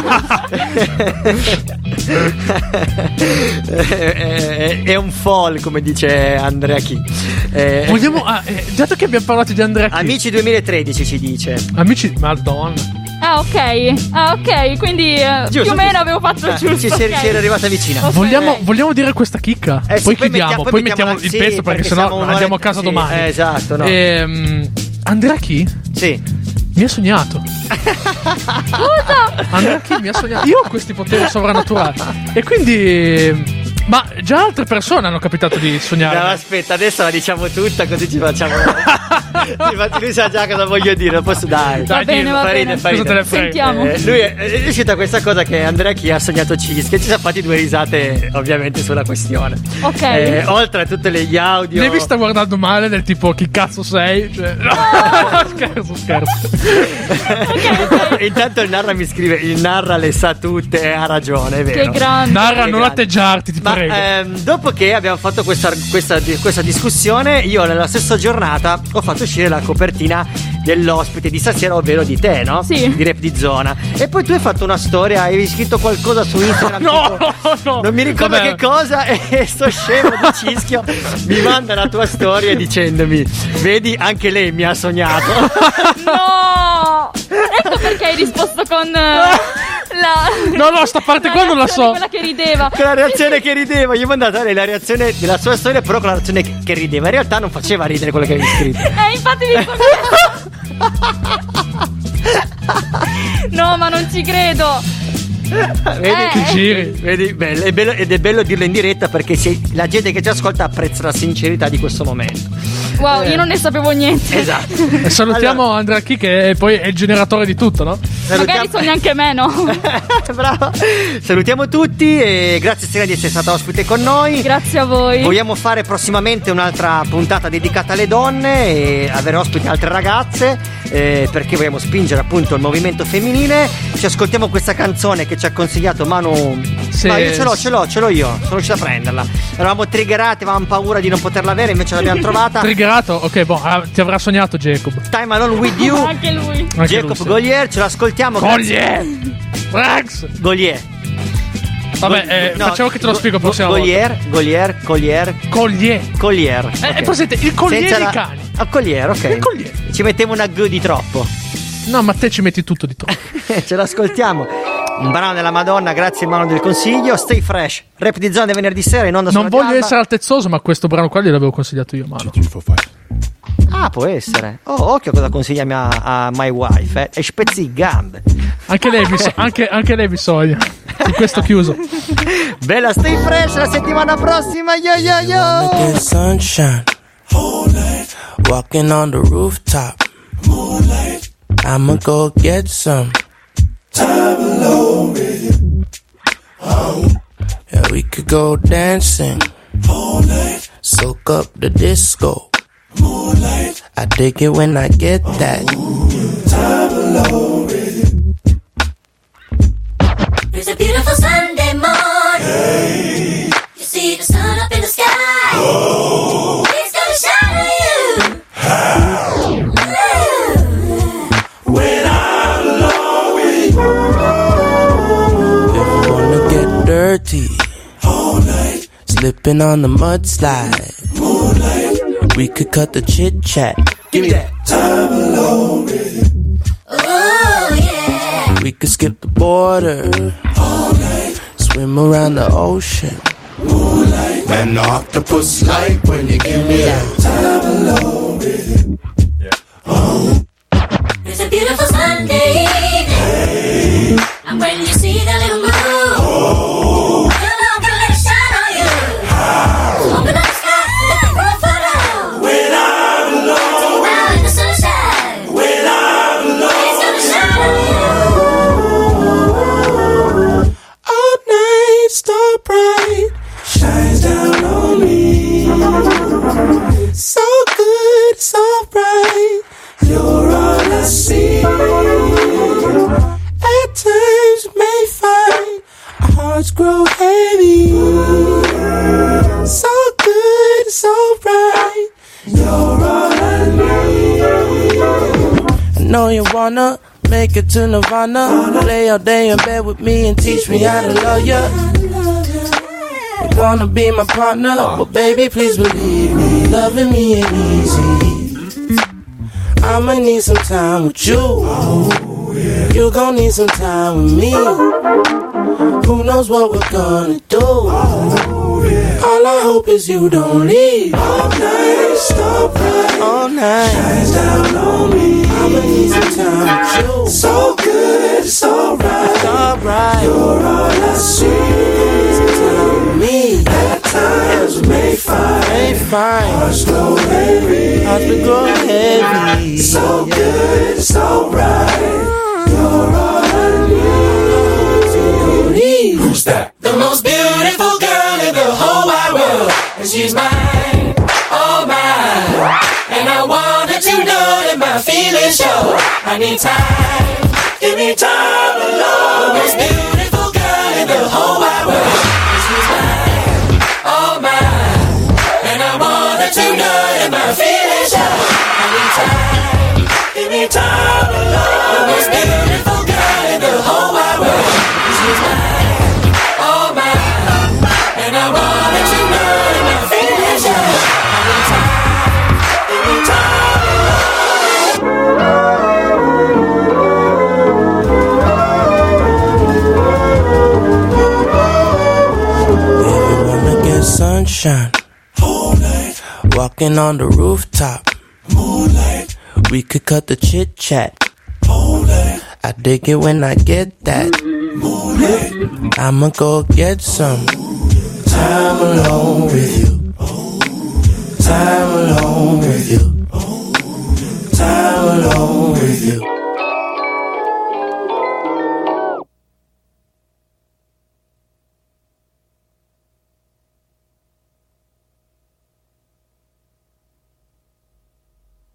è, è un fall, come dice Andrea Chi. Eh, Vogliamo. Ah, eh, dato che abbiamo parlato di Andrea Chi. Amici duemilatredici ci dice. Amici. Madonna. Ah, ok. Ah, ok. Quindi eh, Giusto, più o meno giusto. avevo fatto Eh, il giusto. ci sei- ok. ci eri arrivata vicina. Ok. Vogliamo, vogliamo dire questa chicca? Eh sì, poi poi chiudiamo, mettiamo- poi poi mettiamo mettiamo- il sì, pezzo perché, perché sennò siamo un'ora- andiamo a casa sì, domani. eh, esatto, no. Ehm, Andrea Chi? Sì. Mi ha sognato. Scusa! Andrea Chi mi ha sognato. Io ho questi poteri sovrannaturali. E quindi. Ma già altre persone hanno capitato di sognare. No, aspetta, adesso la diciamo tutta così ci facciamo. Infatti lui sa già cosa voglio dire, non posso dare. Va bene, va fa bene. ridere, fa Cosa te ridere. ne frega? Sentiamo. Eh, lui è, è uscita questa cosa che Andrea Chi ha sognato Cis, che ci siamo fatti due risate ovviamente sulla questione. Ok. Eh, oltre a tutte le gli audio. Devi sta guardando male del tipo chi cazzo sei? Cioè, no, scherzo, scherzo. Intanto il Narra mi scrive: il Narra le sa tutte e ha ragione, è vero. Che grande. Narra, Che non grande. atteggiarti, ti Ma prego. ehm, dopo che abbiamo fatto questa, questa, questa discussione, io nella stessa giornata ho fatto uscire la copertina dell'ospite di stasera, ovvero di te, no? Sì. Di Rap di Zona. E poi tu hai fatto una storia, hai scritto qualcosa su Instagram. No, tipo, no. non mi ricordo Vabbè. che cosa. E sto scemo di Cischio mi manda la tua storia dicendomi: vedi, anche lei mi ha sognato. No! Ecco perché hai risposto con eh, la. No, no, sta parte qua non la so. Quella che rideva. Con la reazione che rideva, gli ho mandato a lei la reazione della sua storia, però con la reazione che, che rideva. In realtà non faceva ridere quello che avevi scritto. Eh, infatti mi No, ma non ci credo. Vedi? Eh. Ti giri, vedi? Bello, è bello, ed è bello dirlo in diretta perché se la gente che ci ascolta apprezza la sincerità di questo momento. Wow, Eh. io non ne sapevo niente. Esatto. E salutiamo Andrea Chi che è, poi è il generatore di tutto, no? Magari sogna anche meno. Bravo. Salutiamo tutti e grazie Serena di essere stata ospite con noi. Grazie a voi. Vogliamo fare prossimamente un'altra puntata dedicata alle donne e avere ospiti altre ragazze eh, perché vogliamo spingere appunto il movimento femminile. Ci ascoltiamo questa canzone che ci ha consigliato Manu. Sì. No, io ce l'ho, ce l'ho, ce l'ho io. Sono riuscito a prenderla. Eravamo triggerati, avevamo paura di non poterla avere, invece l'abbiamo trovata. Triggerato? Ok, boh, ah, ti avrà sognato Jacob. Time Alone With You. Anche lui. Anche Jacob lui, sì. Golier, ce l'ascoltiamo. Golier! Brax! Golier. Vabbè, eh, no, facciamo che te lo spiego prossima Golier, volta. Golier, Collier. Collier. Collier. Eh, okay. È presente il collier Senza dei la... cani. Ah, Collier, ok. Il collier. Ci mettiamo una G di troppo. No, ma te ci metti tutto di troppo. Ce l'ascoltiamo. Un brano della Madonna, grazie Mano del consiglio. Stay fresh. Rap di zone venerdì sera in onda. Non voglio Gialba. essere altezzoso, ma questo brano qua gliel'avevo consigliato io, Mano. Ah, può essere. Oh, occhio cosa consigliami a, a my wife, eh. E spezzi gambe. Anche lei mi so, anche, anche lei mi sogna. Con questo chiuso. Bella, stay fresh la settimana prossima. Yo yo yo. Sunshine. Walking on the rooftop. Moonlight. I'ma go get some time alone with you. Oh. Yeah, we could go dancing all night. Soak up the disco. Moonlight. I dig it when I get that time alone with you. It's a beautiful Sunday morning. Hey. You see the sun up in the sky. Oh. It's gonna shine on you. How? When I'm alone with you. If you wanna get dirty all night, slipping on the mudslide. Moonlight. We could cut the chit chat. Give me that time alone with you. Oh yeah. We could skip the border all night, swim around the ocean. Moonlight. Man, the octopus like when you give me that time alone with you. Yeah. Oh. It's a beautiful Sunday evening. Hey. And when you see the little moon, oh. You know I'm gonna let it shine on you. How? Open up the sky, let the world fall down. When I'm alone. Now in the sunshine. When I'm alone. It's gonna shine on you. All night, star bright, shines down on me. So good, so bright, you're all I see. At times may find our hearts grow heavy. So good, so bright, you're all I need. I know you wanna make it to Nirvana. Lay all day in bed with me and teach me how to love ya. You wanna be my partner, but baby, please believe me, loving me ain't easy. I'ma need some time with you. You gon' need some time with me. Who knows what we're gonna do? All I hope is you don't leave. All night, stop right. All night, shines down on me. I'ma need some time with you. So good, it's alright. Alright, you're all I see. Some time with me. At times we may find, may find hearts grow heavy. Hearts will grow heavy. So good, it's alright. You're all I need. Who's that? The most beautiful girl in the whole wide world, and she's mine, oh mine. And I want her to know that my feelings show. I need time, give me time alone. The most beautiful girl in the whole wide world, and she's mine, oh mine. And I want her to know that my feelings show. I need time, give me time alone. The most beautiful girl in the whole wide world, and she's mine, oh mine. And I want her to know that my feelings show. I need time, give me time If you wanna get sunshine all night, walking on the rooftop. Moonlight. We could cut the chit chat all night. I dig it when I get that moonlight. I'ma go get some time alone with you. Time alone